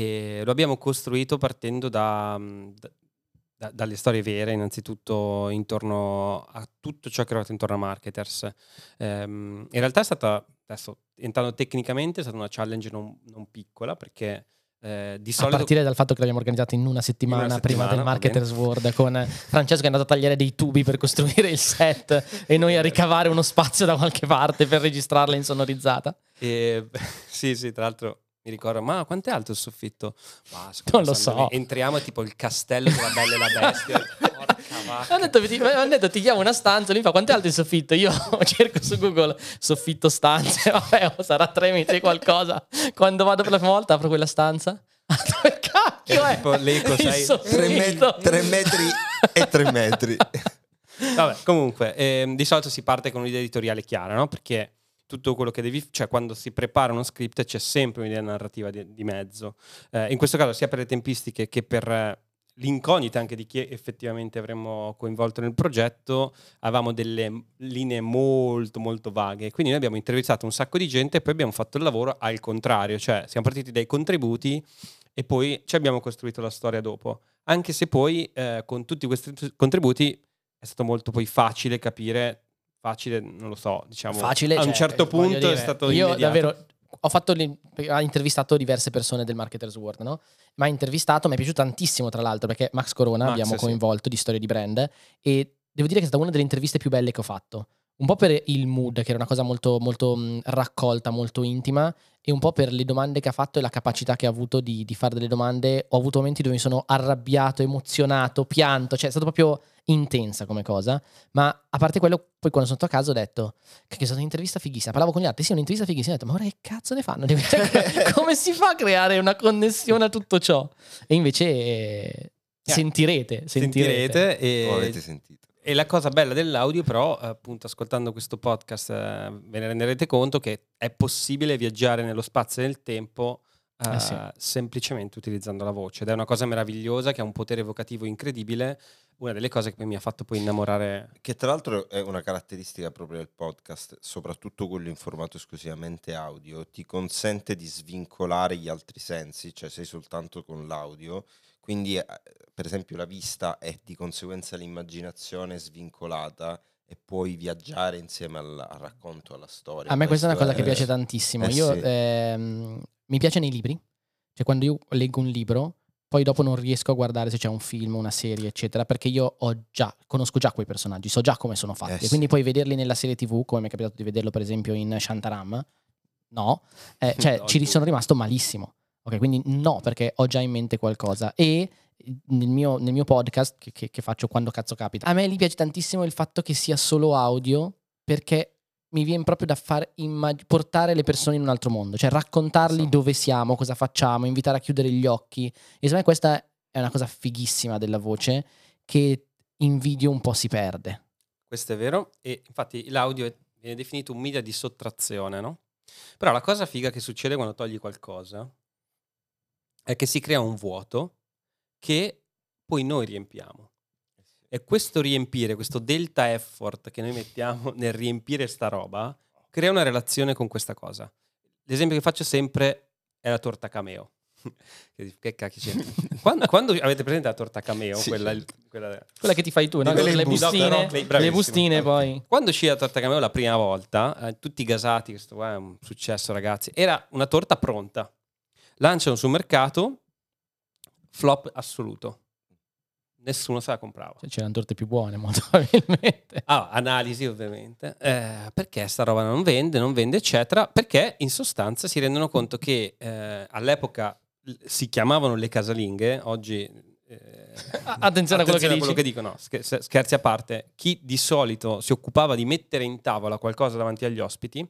e lo abbiamo costruito partendo da, mh, da- da- dalle storie vere, innanzitutto intorno a tutto ciò che ruota intorno a Marketers. Ehm, in realtà è stata, adesso entrando tecnicamente, è stata una challenge non, non piccola, perché eh, di A solito... partire dal fatto che l'abbiamo organizzato in una settimana, In una prima settimana, del va Marketers World, con Francesco che è andato a tagliare dei tubi per costruire il set e noi a ricavare uno spazio da qualche parte per registrarla insonorizzata. E, sì, sì, tra l'altro mi ricordo, ma quanto è alto il soffitto? Ma, Non lo secondo me, so. entriamo tipo il castello della Bella e la Bestia. Porca vacca. Hanno detto, ti, hanno detto ti chiamo una stanza, lui fa quanto è alto il soffitto? Io cerco su Google soffitto stanze, vabbè, oh, sarà tre metri e qualcosa. Quando vado per la prima volta apro quella stanza. Dove cacchio È è? tipo l'eco, Il sai, soffitto. Tre, met- tre metri e tre metri. Vabbè, comunque, ehm, di solito si parte con un'idea editoriale chiara, no? Perché tutto quello che devi, cioè quando si prepara uno script c'è sempre un'idea narrativa di, di mezzo. Eh, in questo caso sia per le tempistiche che per eh, l'incognita anche di chi effettivamente avremmo coinvolto nel progetto, avevamo delle linee molto molto vaghe. Quindi noi abbiamo intervistato un sacco di gente e poi abbiamo fatto il lavoro al contrario, cioè siamo partiti dai contributi e poi ci abbiamo costruito la storia dopo. Anche se poi eh, con tutti questi t- contributi è stato molto poi facile capire, facile, non lo so, diciamo, Facile, a un cioè, certo voglio punto dire, è stato io immediato. davvero ho fatto l'in- ho intervistato diverse persone del Marketers World, no? Ma intervistato mi è piaciuto tantissimo, tra l'altro, perché Max Corona Max, abbiamo sì. coinvolto di storie di brand, e devo dire che è stata una delle interviste più belle che ho fatto. Un po' per il mood, che era una cosa molto, molto mh, raccolta, molto intima, e un po' per le domande che ha fatto e la capacità che ha avuto di, di fare delle domande. Ho avuto momenti dove mi sono arrabbiato, emozionato, pianto, cioè è stato proprio intensa come cosa. Ma a parte quello, poi quando sono andato a casa ho detto che è stata un'intervista fighissima. Parlavo con gli altri, sì, un'intervista fighissima. Ho detto, ma ora che cazzo ne fanno? Cioè, come si fa a creare una connessione a tutto ciò? E invece eh, sentirete, sentirete. sentirete e, Lo avete sentito. e la cosa bella dell'audio però, appunto, ascoltando questo podcast eh, ve ne renderete conto che è possibile viaggiare nello spazio e nel tempo eh, Eh sì. semplicemente utilizzando la voce, ed è una cosa meravigliosa che ha un potere evocativo incredibile, una delle cose che poi mi ha fatto poi innamorare. Che tra l'altro è una caratteristica proprio del podcast, soprattutto quello in formato esclusivamente audio, ti consente di svincolare gli altri sensi, cioè sei soltanto con l'audio, quindi eh, per esempio la vista è di conseguenza l'immaginazione svincolata e puoi viaggiare insieme al, al racconto, alla storia. A me questa è una cosa che è- piace tantissimo. eh Io sì. ehm, mi piace nei libri, cioè quando io leggo un libro, poi dopo non riesco a guardare se c'è un film, una serie, eccetera, perché io ho già, conosco già quei personaggi, so già come sono fatti. Eh E quindi sì. poi vederli nella serie tivù, come mi è capitato di vederlo per esempio in Shantaram, no, eh, cioè No, ci tu. sono rimasto malissimo. Ok, quindi no, perché ho già in mente qualcosa. E nel mio, nel mio podcast, che, che- che faccio quando cazzo capita, a me gli piace tantissimo il fatto che sia solo audio, perché mi viene proprio da far immag- portare le persone in un altro mondo, cioè raccontargli Esatto. dove siamo, cosa facciamo, invitare a chiudere gli occhi. E secondo me questa è una cosa fighissima della voce che in video un po' si perde. Questo è vero, e infatti l'audio è- viene definito un media di sottrazione, no? Però la cosa figa che succede quando togli qualcosa è che si crea un vuoto che poi noi riempiamo. E questo riempire, questo delta effort che noi mettiamo nel riempire sta roba, crea una relazione con questa cosa. L'esempio che faccio sempre è la torta Cameo. Che, che cacchio c'entra? Quando, quando avete presente la torta Cameo? Sì, quella, certo. quella- Quella che ti fai tu, no? Quelle Le in busta, bustine, no? le Bravissimo. bustine Ok. poi. Quando uscì la torta Cameo la prima volta, eh, tutti gasati, questo qua è un successo ragazzi, era una torta pronta. Lanciano sul mercato, flop assoluto. Nessuno se la comprava. Cioè, c'erano torte più buone, molto probabilmente. Ah, analisi ovviamente. Eh, perché sta roba non vende, non vende, eccetera? Perché in sostanza si rendono conto che eh, all'epoca l- si chiamavano le casalinghe, oggi... eh, Attenzione a quello che dici. dico, no, scher- scherzi a parte. Chi di solito si occupava di mettere in tavola qualcosa davanti agli ospiti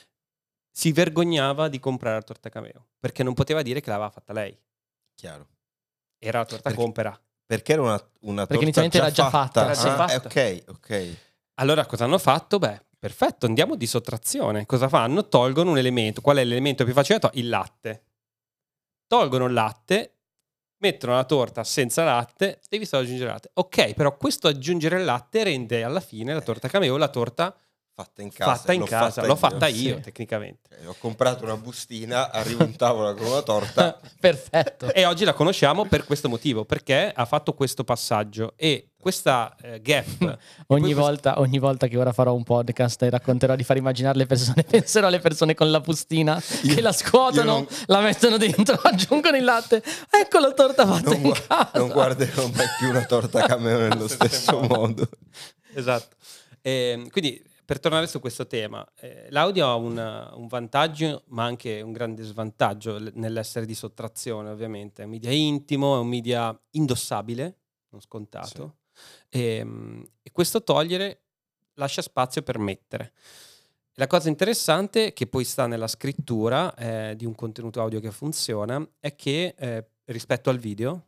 si vergognava di comprare la torta Cameo, perché non poteva dire che l'aveva fatta lei. Chiaro. Era la torta Perché- Compera. Perché era una, una Perché torta inizialmente era già fatta. Era già Ah, fatta. eh, ok, ok. Allora cosa hanno fatto? Beh, perfetto, andiamo di sottrazione. Cosa fanno? Tolgono un elemento. Qual è l'elemento più facile? Il latte. Tolgono il latte, mettono la torta senza latte, devi solo aggiungere latte. Ok, però questo aggiungere il latte rende alla fine la torta Cameo la torta Fatta in casa. fatta in l'ho casa. fatta L'ho fatta Sì. io, tecnicamente. Ok, ho comprato una bustina, arrivo in tavola con una torta. Perfetto. E oggi la conosciamo per questo motivo, perché ha fatto questo passaggio. E questa eh, gap... e poi Ogni questo- volta, ogni volta che ora farò un podcast e racconterò di far immaginare le persone, penserò alle persone con la bustina che la scuotono, io non- la mettono dentro, aggiungono il latte. Ecco la torta fatta Non, in gua- casa. non guarderò mai più una torta Cameo nello stesso modo. Esatto. E, quindi per tornare su questo tema, eh, l'audio ha un, un vantaggio ma anche un grande svantaggio l- nell'essere di sottrazione ovviamente. È un media intimo, è un media indossabile, non scontato. E, mm, e questo togliere lascia spazio per mettere. E la cosa interessante che poi sta nella scrittura eh, di un contenuto audio che funziona è che eh, rispetto al video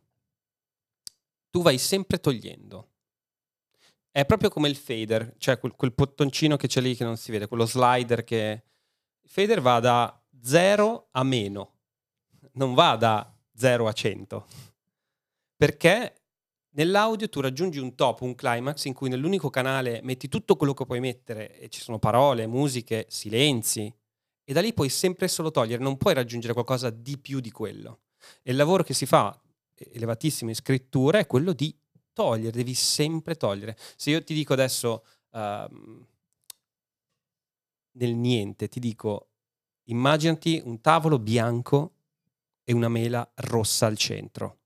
tu vai sempre togliendo. È proprio come il fader, cioè quel, quel bottoncino che c'è lì che non si vede, quello slider che... Il fader va da zero a meno, non va da zero a cento. Perché nell'audio tu raggiungi un top, un climax in cui nell'unico canale metti tutto quello che puoi mettere e ci sono parole, musiche, silenzi e da lì puoi sempre solo togliere, non puoi raggiungere qualcosa di più di quello. E il lavoro che si fa, elevatissimo in scrittura, è quello di togliere, devi sempre togliere. Se io ti dico adesso ehm, nel niente, ti dico immaginati un tavolo bianco e una mela rossa al centro.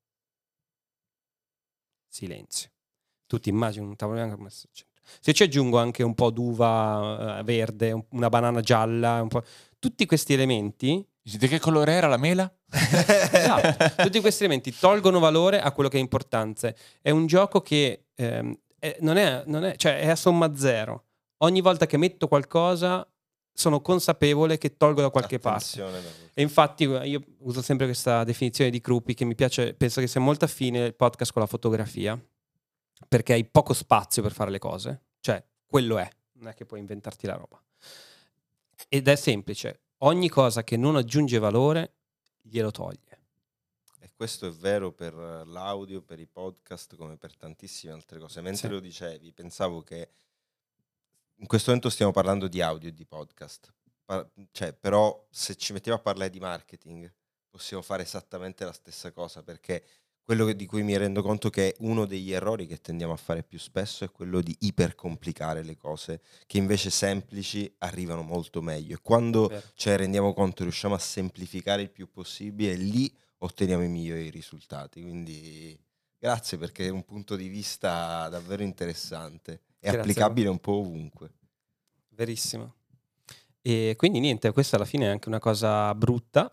Silenzio. Tu ti immagini un tavolo bianco messo al centro. Se ci aggiungo anche un po' d'uva eh, verde, un- una banana gialla, un po'... tutti questi elementi Di che colore era la mela? esatto. Tutti questi elementi tolgono valore a quello che è importante. È un gioco che ehm, è- non, è, non è, cioè è a somma zero. Ogni volta che metto qualcosa sono consapevole che tolgo da qualche parte. Attenzione, davvero. E infatti io uso sempre questa definizione di Kruppi che mi piace, penso che sia molto affine il podcast con la fotografia, perché hai poco spazio per fare le cose. Cioè, quello è, non è che puoi inventarti la roba. Ed è semplice. Ogni cosa che non aggiunge valore glielo toglie. E questo è vero per l'audio, per i podcast, come per tantissime altre cose. Mentre Sì. lo dicevi, pensavo che in questo momento stiamo parlando di audio e di podcast. Pa- cioè, però se ci mettiamo a parlare di marketing, possiamo fare esattamente la stessa cosa, perché quello che- di cui mi rendo conto che uno degli errori che tendiamo a fare più spesso è quello di ipercomplicare le cose, che invece semplici arrivano molto meglio. E quando Vero. ce ne rendiamo conto, riusciamo a semplificare il più possibile, lì otteniamo i migliori risultati. Quindi grazie, perché è un punto di vista davvero interessante e Grazie. applicabile un po' ovunque. Verissimo. E quindi niente, questa alla fine è anche una cosa brutta,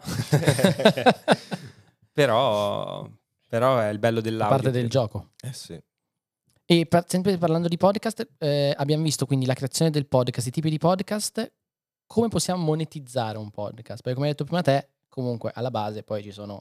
però, però è il bello Fa dell'audio. parte del gioco. Eh sì. E per- sempre parlando di podcast, eh, abbiamo visto quindi la creazione del podcast, i tipi di podcast, come possiamo monetizzare un podcast? Perché come hai detto prima te, comunque alla base poi ci sono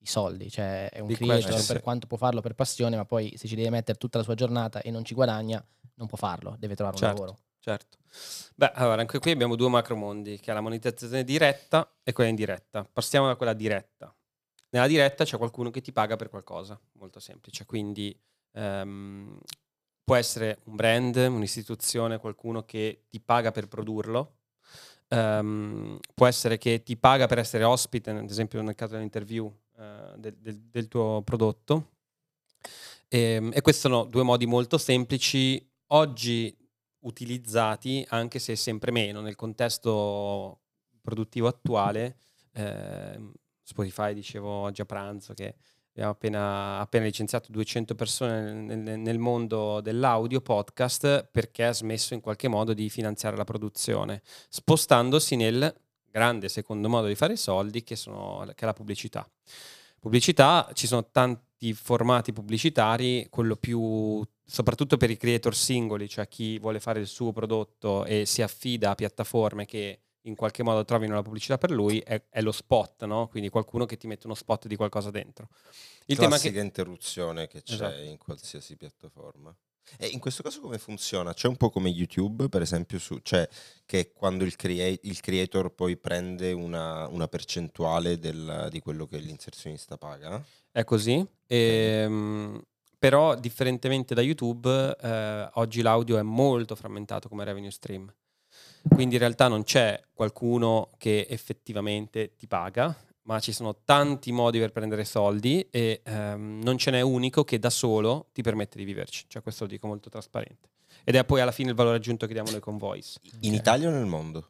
di soldi, cioè è un Di creator questo, per sì. quanto può farlo per passione, ma poi se ci deve mettere tutta la sua giornata e non ci guadagna, non può farlo, deve trovare un Certo. lavoro. Certo. Beh, allora, anche qui abbiamo due macromondi, che è la monetizzazione diretta e quella indiretta. Passiamo da quella diretta. Nella diretta c'è qualcuno che ti paga per qualcosa, molto semplice. Quindi ehm, può essere un brand, un'istituzione, qualcuno che ti paga per produrlo. Ehm, può essere che ti paga per essere ospite, ad esempio nel caso dell'interview eh, del, del- del tuo prodotto. E, e questi sono due modi molto semplici, oggi utilizzati, anche se sempre meno nel contesto produttivo attuale. ehm, Spotify, dicevo oggi a pranzo, che abbiamo appena, appena licenziato duecento persone nel, nel- nel mondo dell'audio podcast, perché ha smesso in qualche modo di finanziare la produzione, spostandosi nel grande secondo modo di fare i soldi, che, sono, che è la pubblicità. Pubblicità, ci sono tanti formati pubblicitari, quello più, soprattutto per i creator singoli, cioè chi vuole fare il suo prodotto e si affida a piattaforme che in qualche modo trovino la pubblicità per lui, è, è lo spot, no? Quindi qualcuno che ti mette uno spot di qualcosa dentro. Il tema Classica che... interruzione che c'è Esatto. in qualsiasi piattaforma. E in questo caso come funziona? C'è un po' come YouTube, per esempio, su, cioè che quando il, crea- il creator poi prende una, una percentuale del- di quello che l'inserzionista paga? È così, ehm, però differentemente da YouTube, eh, oggi l'audio è molto frammentato come revenue stream. Quindi in realtà non c'è qualcuno che effettivamente ti paga, ma ci sono tanti modi per prendere soldi e ehm, non ce n'è unico che da solo ti permette di viverci. Cioè questo lo dico molto trasparente. Ed è poi alla fine il valore aggiunto che diamo noi con Voice. In Ok. Italia o nel mondo?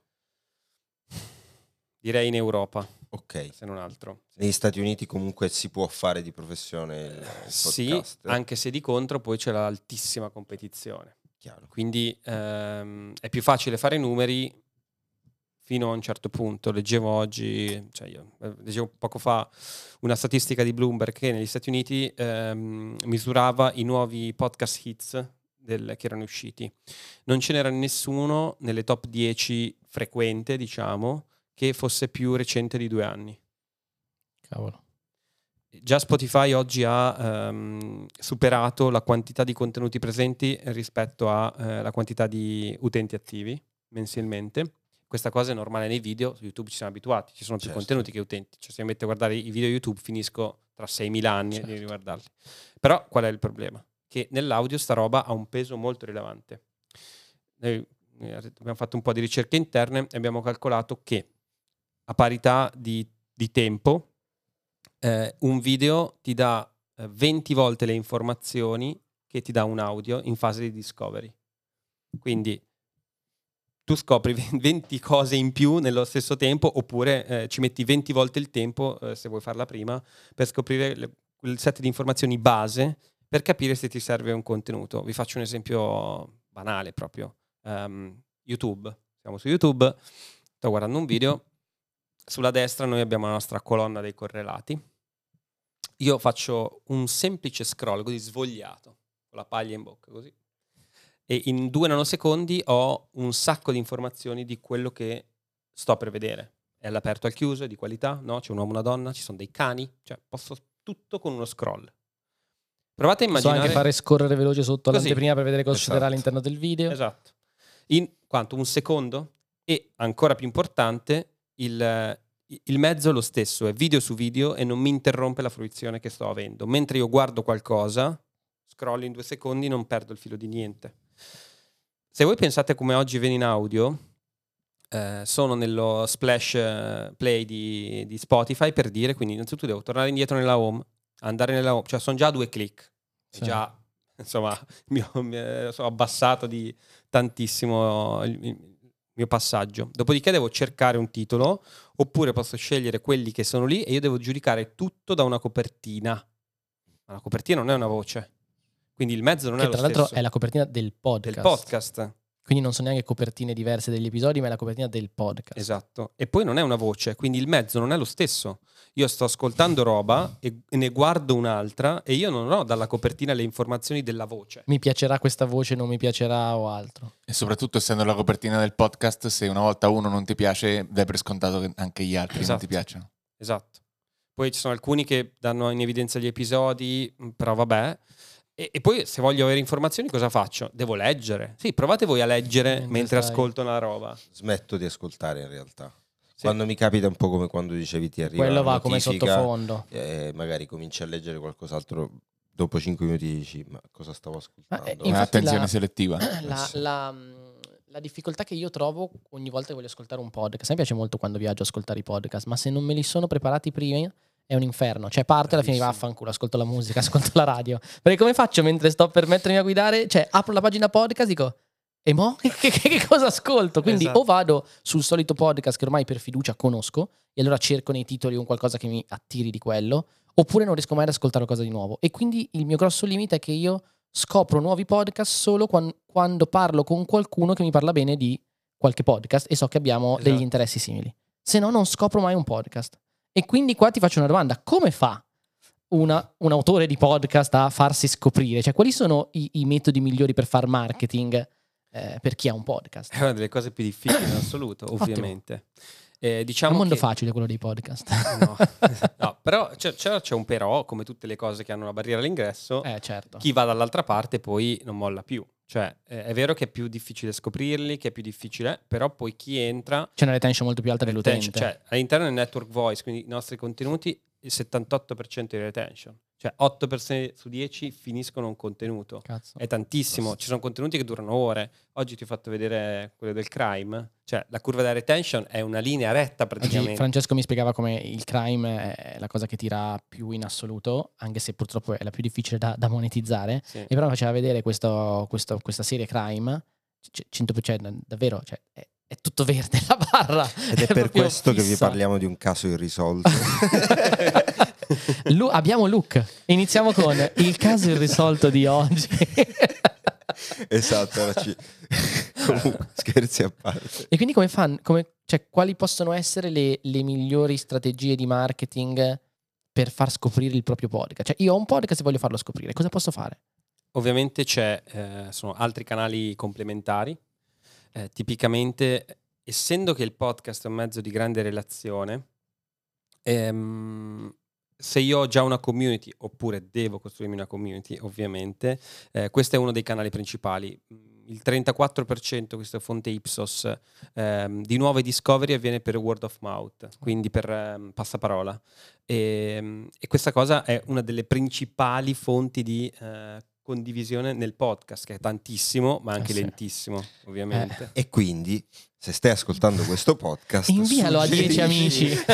Direi in Europa, Ok. se non altro. Negli Stati Uniti comunque si può fare di professione il, il Sì, podcast? anche se di contro poi c'è l'altissima competizione. Chiaro. Quindi ehm, è più facile fare numeri fino a un certo punto. Leggevo oggi, cioè io eh, leggevo poco fa una statistica di Bloomberg che negli Stati Uniti ehm, misurava i nuovi podcast hits del- che erano usciti. Non ce n'era nessuno nelle top dieci frequente, diciamo, che fosse più recente di due anni. Cavolo. Già Spotify oggi ha ehm, superato la quantità di contenuti presenti rispetto alla quantità di utenti attivi mensilmente. Questa cosa è normale nei video, su YouTube ci siamo abituati, ci sono più Certo. contenuti che utenti. Cioè, se mi metto a guardare i video YouTube finisco tra seimila anni Certo. di riguardarli. Però qual è il problema? Che nell'audio sta roba ha un peso molto rilevante. Noi eh, abbiamo fatto un po' di ricerche interne e abbiamo calcolato che a parità di, di tempo eh, un video ti dà eh, venti volte le informazioni che ti dà un audio in fase di discovery. Quindi tu scopri venti cose in più nello stesso tempo, oppure eh, ci metti venti volte il tempo, eh, se vuoi farla prima, per scoprire le, quel set di informazioni base per capire se ti serve un contenuto. Vi faccio un esempio banale proprio. Um, YouTube. Siamo su YouTube, sto guardando un video. Sulla destra noi abbiamo la nostra colonna dei correlati. Io faccio un semplice scroll così svogliato, con la paglia in bocca così, e in due nanosecondi ho un sacco di informazioni di quello che sto per vedere. È all'aperto, al chiuso, è di qualità, no? C'è un uomo, una donna, ci sono dei cani, cioè posso tutto con uno scroll. Provate a So immaginare... anche fare scorrere veloce sotto Così. l'anteprima per vedere cosa succederà Esatto. all'interno del video. Esatto. In quanto? Un secondo? E ancora più importante, il, il mezzo è lo stesso, è video su video e non mi interrompe la fruizione che sto avendo. Mentre io guardo qualcosa, scrollo in due secondi, non perdo il filo di niente. Se voi pensate come oggi viene in audio, eh, sono nello splash eh, play di, di Spotify, per dire, quindi innanzitutto devo tornare indietro nella home, andare nella home, cioè sono già due click. È Sì. già, insomma, mi ho, mi sono abbassato di tantissimo il, il mio passaggio. Dopodiché devo cercare un titolo, oppure posso scegliere quelli che sono lì e io devo giudicare tutto da una copertina. Ma la copertina non è una voce. Quindi il mezzo non Che è lo tra l'altro stesso. è la copertina del podcast. Del podcast. Quindi non sono neanche copertine diverse degli episodi, ma è la copertina del podcast. Esatto. E poi non è una voce, quindi il mezzo non è lo stesso. Io sto ascoltando roba e ne guardo un'altra e io non ho dalla copertina le informazioni della voce. Mi piacerà questa voce, non mi piacerà o altro. E soprattutto essendo la copertina del podcast, se una volta uno non ti piace, dai per scontato che anche gli altri Esatto. non ti piacciono. Esatto. poi ci sono alcuni che danno in evidenza gli episodi, però vabbè. E, e poi se voglio avere informazioni cosa faccio? Devo leggere. Sì, provate voi a leggere Mentre mentre stai- ascolto una roba. Smetto di ascoltare in realtà. Sì. Quando mi capita un po' come quando dicevi ti arriva Quello la va come notifica, sottofondo. e magari cominci a leggere qualcos'altro, dopo cinque minuti dici ma cosa stavo ascoltando? Ma, eh, È infatti attenzione la- selettiva. La, sì. la, mh, la difficoltà che io trovo ogni volta che voglio ascoltare un podcast, a me piace molto quando viaggio ascoltare i podcast, ma se non me li sono preparati prima è un inferno. Cioè parto e alla fine Bravissimo. vaffanculo, ascolto la musica, ascolto la radio. Perché come faccio mentre sto per mettermi a guidare? Cioè apro la pagina podcast e dico e mo? Che, che- che cosa ascolto? Quindi Esatto. o vado sul solito podcast che ormai per fiducia conosco e allora cerco nei titoli un qualcosa che mi attiri di quello, oppure non riesco mai ad ascoltare qualcosa di nuovo. E quindi il mio grosso limite è che io scopro nuovi podcast solo quan- quando parlo con qualcuno che mi parla bene di qualche podcast e so che abbiamo Esatto. degli interessi simili. Se no non scopro mai un podcast. E quindi qua ti faccio una domanda: come fa una- un autore di podcast a farsi scoprire? Cioè quali sono i, i metodi migliori per far marketing eh, per chi ha un podcast? È una delle cose più difficili in assoluto, Ottimo. ovviamente. Eh, È diciamo un mondo che... facile quello dei podcast. No, no, però c'è, c'è- c'è un però, come tutte le cose che hanno una barriera all'ingresso, Eh certo. chi va dall'altra parte poi non molla più. Cioè, eh, è vero che è più difficile scoprirli, che è più difficile, però poi chi entra... C'è una retention molto più alta dell'utente. Cioè, all'interno del network voice, quindi i nostri contenuti, il settantotto per cento di retention. Cioè, otto persone su dieci finiscono un contenuto. Cazzo. È tantissimo. Ci sono contenuti che durano ore. Oggi ti ho fatto vedere quello del crime. Cioè, la curva della retention è una linea retta Oggi praticamente. Francesco mi spiegava come il crime è la cosa che tira più in assoluto, anche se purtroppo è la più difficile da, da monetizzare. Sì. E però mi faceva vedere questo, questo- questa serie crime, c- cento per cento davvero, cioè, è, è tutto verde la barra. Ed è per proprio questo che vi fissa. parliamo di un caso irrisolto. Lu- abbiamo Luke. Iniziamo con il caso irrisolto di oggi. Esatto, ora ci... Comunque, scherzi a parte. E quindi come fanno? Come, cioè, quali possono essere le, le migliori strategie di marketing per far scoprire il proprio podcast? Cioè, io ho un podcast e voglio farlo scoprire, cosa posso fare? Ovviamente c'è, eh, sono altri canali complementari. Eh, tipicamente, essendo che il podcast è un mezzo di grande relazione, ehm, se io ho già una community, oppure devo costruirmi una community, ovviamente, eh, questo è uno dei canali principali. Il trentaquattro per cento, questa è fonte Ipsos, ehm, di nuove discovery avviene per word of mouth, quindi per ehm, passaparola. E, e questa cosa è una delle principali fonti di eh, condivisione nel podcast, che è tantissimo, ma anche Eh sì. lentissimo, ovviamente. E quindi, se stai ascoltando questo podcast, Invialo a dieci suggerisci- amici.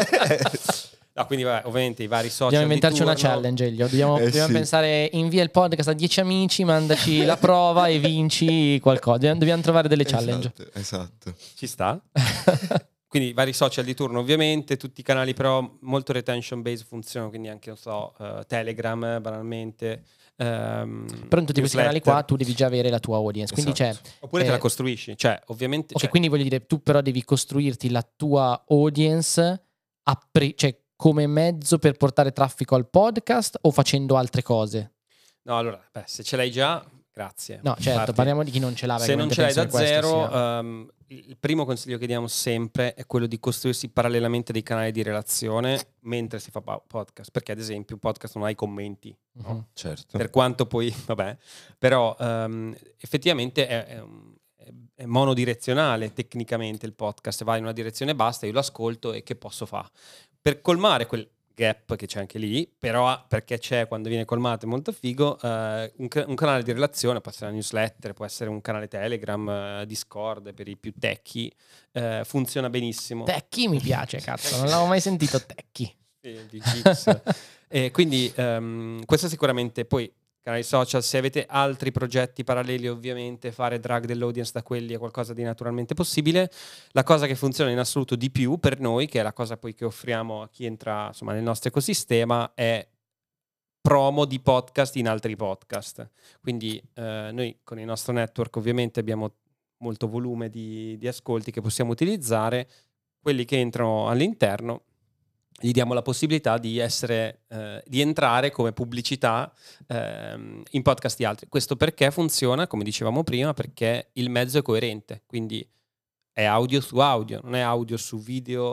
No, quindi vabbè, ovviamente i vari social Dobbiamo di inventarci una turno- challenge, Elio. Dobbiamo, Eh, dobbiamo sì. pensare, invia il podcast a dieci amici, mandaci la prova e vinci qualcosa. Dobbiamo, dobbiamo trovare delle challenge. Esatto, esatto. Ci sta? Quindi i vari social di turno, ovviamente, tutti i canali però molto retention based funzionano, quindi anche, non so, eh, Telegram, eh, banalmente. ehm, Però in tutti questi canali qua newsletter. tu devi già avere la tua audience. Quindi Esatto. c'è... Oppure te eh, la costruisci, cioè, ovviamente... Ok, cioè, quindi voglio dire, tu però devi costruirti la tua audience a pre- cioè, come mezzo per portare traffico al podcast o facendo altre cose? No, allora, beh, se ce l'hai già, grazie. No, certo, Parti. parliamo di chi non ce l'ha. Se perché non ce l'hai da penso che questo zero, sia- ehm, il primo consiglio che diamo sempre è quello di costruirsi parallelamente dei canali di relazione mentre si fa pa- podcast, perché ad esempio un podcast non ha i commenti, no? Mhm. Certo. Per quanto poi, vabbè, però ehm, effettivamente è, è, un- è- è monodirezionale tecnicamente il podcast, va in una direzione e basta, io lo ascolto e che posso fare? Per colmare quel gap che c'è anche lì, però perché c'è quando viene colmato è molto figo, eh, un, ca- un canale di relazione, può essere una newsletter, può essere un canale Telegram, eh, Discord per i più techy, eh, funziona benissimo. Techy mi piace, cazzo, non l'avevo mai sentito Techy. Sì, di Gigs. E quindi ehm, questo sicuramente, poi canali social, se avete altri progetti paralleli, ovviamente fare drag dell'audience da quelli è qualcosa di naturalmente possibile. La cosa che funziona in assoluto di più per noi, che è la cosa poi che offriamo a chi entra, insomma, nel nostro ecosistema, è promo di podcast in altri podcast. Quindi eh, noi con il nostro network ovviamente abbiamo molto volume di, di ascolti che possiamo utilizzare. Quelli che entrano all'interno gli diamo la possibilità di essere eh, di entrare come pubblicità ehm, in podcast di altri. Questo perché funziona, come dicevamo prima, perché il mezzo è coerente, quindi è audio su audio, non è audio su video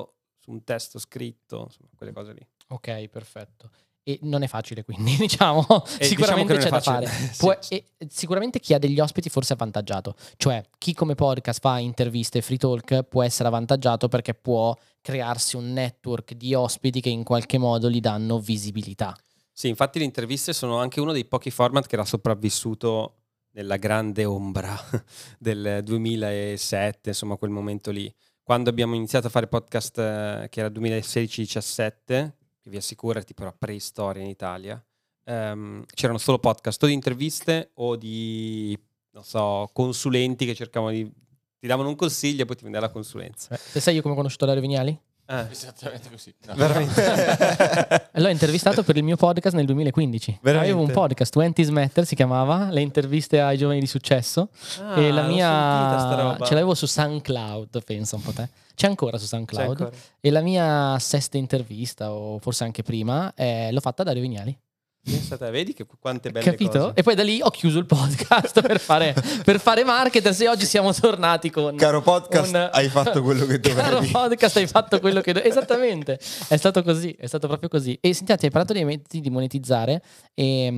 su un testo scritto, insomma, quelle cose lì. Ok, perfetto. E non è facile, quindi diciamo Eh, sicuramente diciamo che c'è non da è fare. facile. Può- Sì, sì. e sicuramente chi ha degli ospiti forse è avvantaggiato. Cioè, chi come podcast fa interviste, free talk, può essere avvantaggiato perché può crearsi un network di ospiti che in qualche modo gli danno visibilità. Sì, infatti le interviste sono anche uno dei pochi format che era sopravvissuto nella grande ombra del duemilasette, insomma quel momento lì. Quando abbiamo iniziato a fare podcast, eh, che era duemilasedici diciassette, che vi assicuro è tipo la preistoria in Italia, ehm, c'erano solo podcast o di interviste o di, non so, consulenti che cercavano di... ti davano un consiglio e poi ti vendevano la consulenza. Eh, Se sai io come ho conosciuto Dario Vignali? Eh, Esattamente così. No. veramente. L'ho intervistato per il mio podcast nel duemilaquindici. Veramente? Avevo un podcast, Twenties Matter si chiamava, le interviste ai giovani di successo. Ah, e la l'ho mia sentita sta roba. ce l'avevo su SoundCloud, pensa un po' te. C'è ancora su C'è SoundCloud. ancora. E la mia sesta intervista, o forse anche prima, eh, l'ho fatta a Dario Vignali. Pensa te, vedi che quante belle Capito? cose. E poi da lì ho chiuso il podcast per fare, per fare marketer. Se oggi siamo tornati con Caro podcast, un- hai fatto quello che Caro dovevi. podcast, hai fatto quello che do- esattamente, è stato così, è stato proprio così. E sentiate, hai parlato dei mezzi di monetizzare e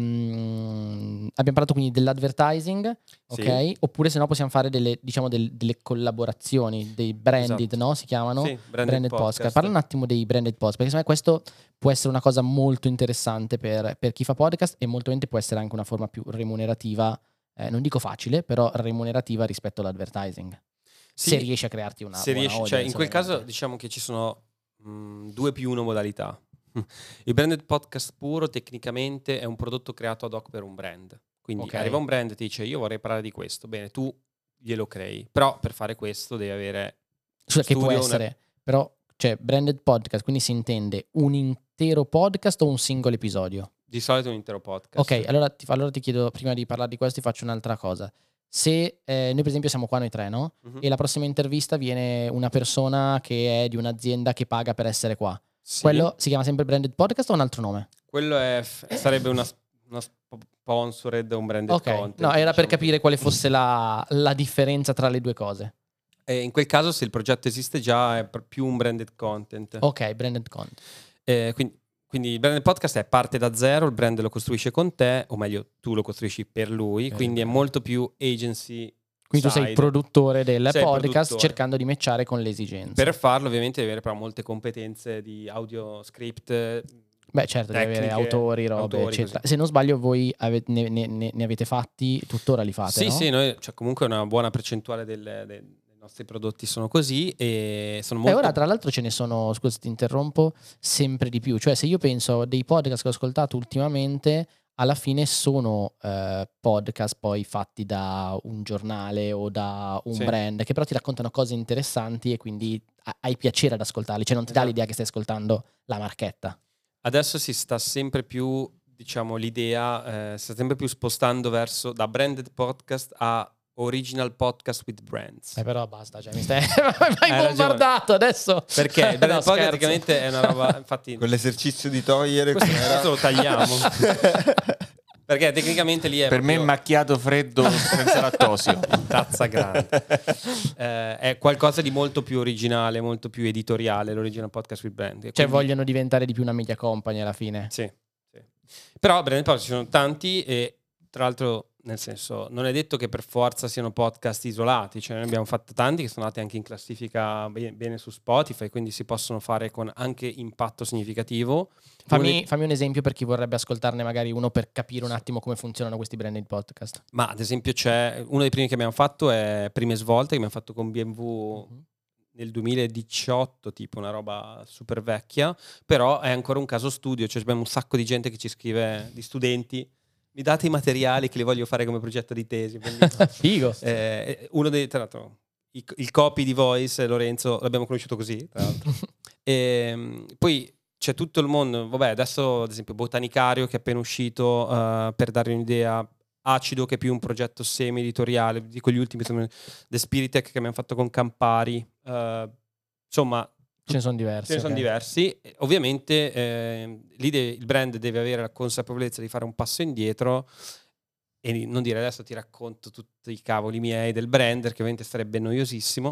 mm, abbiamo parlato quindi dell'advertising, ok? Sì. Oppure se no possiamo fare delle, diciamo, del- delle collaborazioni, dei branded, Esatto. no? Si chiamano? Sì, branded podcast. Parla un attimo dei branded podcast, perché secondo me questo può essere una cosa molto interessante per, per chi fa podcast e molto probabilmente può essere anche una forma più remunerativa, eh, non dico facile, però remunerativa rispetto all'advertising. Sì, Se riesci a crearti una se buona riesci, cioè in audience, quel caso ovviamente. diciamo che ci sono mh, due più uno modalità. Il branded podcast puro tecnicamente è un prodotto creato ad hoc per un brand. Quindi Ok. arriva un brand e ti dice io vorrei parlare di questo, bene, tu glielo crei, però per fare questo devi avere Scusa, che può studio, una- essere, però, cioè, branded podcast, quindi si intende un intero podcast o un singolo episodio? di solito un intero podcast. Ok, allora ti, allora ti chiedo, prima di parlare di questo, ti faccio un'altra cosa. Se eh, noi per esempio siamo qua noi tre, no? Mhm. E la prossima intervista viene una persona che è di un'azienda che paga per essere qua. Sì. Quello si chiama sempre branded podcast o un altro nome? Quello è, sarebbe una, una sponsored, un branded Ok, content. no, era per diciamo. capire quale fosse la, la differenza tra le due cose. E in quel caso se il progetto esiste già è per- più un branded content. Ok, branded content. Eh, quindi, quindi il branded podcast è parte da zero, il brand lo costruisce con te, o meglio tu lo costruisci per lui, Per quindi il è brand. molto più agency. Quindi tu sei il side. produttore del Sei il podcast produttore. cercando di matchare con le esigenze. Per farlo ovviamente devi avere però molte competenze di audio script. Beh, certo, devi avere tecniche, autori, robe, autori, eccetera. così. Se non sbaglio, voi ave- ne, ne- ne- ne avete fatti, tuttora li fate, Sì, no? sì, noi, cioè, comunque una buona percentuale del- del- dei nostri prodotti sono così e sono E molto... ora, tra l'altro, ce ne sono, scusa, ti interrompo, sempre di più. Cioè, se io penso dei podcast che ho ascoltato ultimamente, alla fine sono eh, podcast poi fatti da un giornale o da un Sì. brand, che però ti raccontano cose interessanti e quindi ha- hai piacere ad ascoltarli. Cioè, non ti dà Esatto. l'idea che stai ascoltando la marchetta. Adesso si sta sempre più, diciamo, l'idea, eh, si sta sempre più spostando verso da branded podcast a original podcast with brands. Eh, però basta, cioè, mi stai... mi hai Hai bombardato adesso. Perché il branded No, podcast scherzo. praticamente è una roba, infatti Quell'esercizio di togliere questo, com'era? questo lo tagliamo. Perché tecnicamente lì è Per me proprio macchiato freddo senza lattosio. tazza grande. Eh, è qualcosa di molto più originale, molto più editoriale, l'original podcast with brand. E Cioè, quindi- vogliono diventare di più una media company alla fine. Sì, sì. Però branded podcast ci sono tanti e tra l'altro nel senso non è detto che per forza siano podcast isolati, cioè noi abbiamo fatto tanti che sono andati anche in classifica be- bene su Spotify, quindi si possono fare con anche impatto significativo. Uno Fammi, dei- fammi un esempio per chi vorrebbe ascoltarne magari uno per capire un attimo come funzionano questi branded podcast. Ma ad esempio c'è uno dei primi che abbiamo fatto è Prime Svolte che abbiamo fatto con B M W nel duemiladiciotto, tipo una roba super vecchia, però è ancora un caso studio, cioè abbiamo un sacco di gente che ci scrive, di studenti, mi date i materiali che li voglio fare come progetto di tesi. bellissimo. Figo. Eh, uno dei, tra l'altro, il, il copy di Voice, Lorenzo, l'abbiamo conosciuto così, tra l'altro. E, poi c'è tutto il mondo, vabbè, adesso ad esempio Botanicario che è appena uscito, uh, per dare un'idea, Acido che è più un progetto semi-editoriale, di quegli ultimi, sono The Spiritech che abbiamo fatto con Campari, uh, insomma... Ce ne sono diversi. Ce ne sono ok. diversi. E ovviamente eh, lì deve- il brand deve avere la consapevolezza di fare un passo indietro e di- non dire adesso ti racconto tutti i cavoli miei del brand, che ovviamente sarebbe noiosissimo.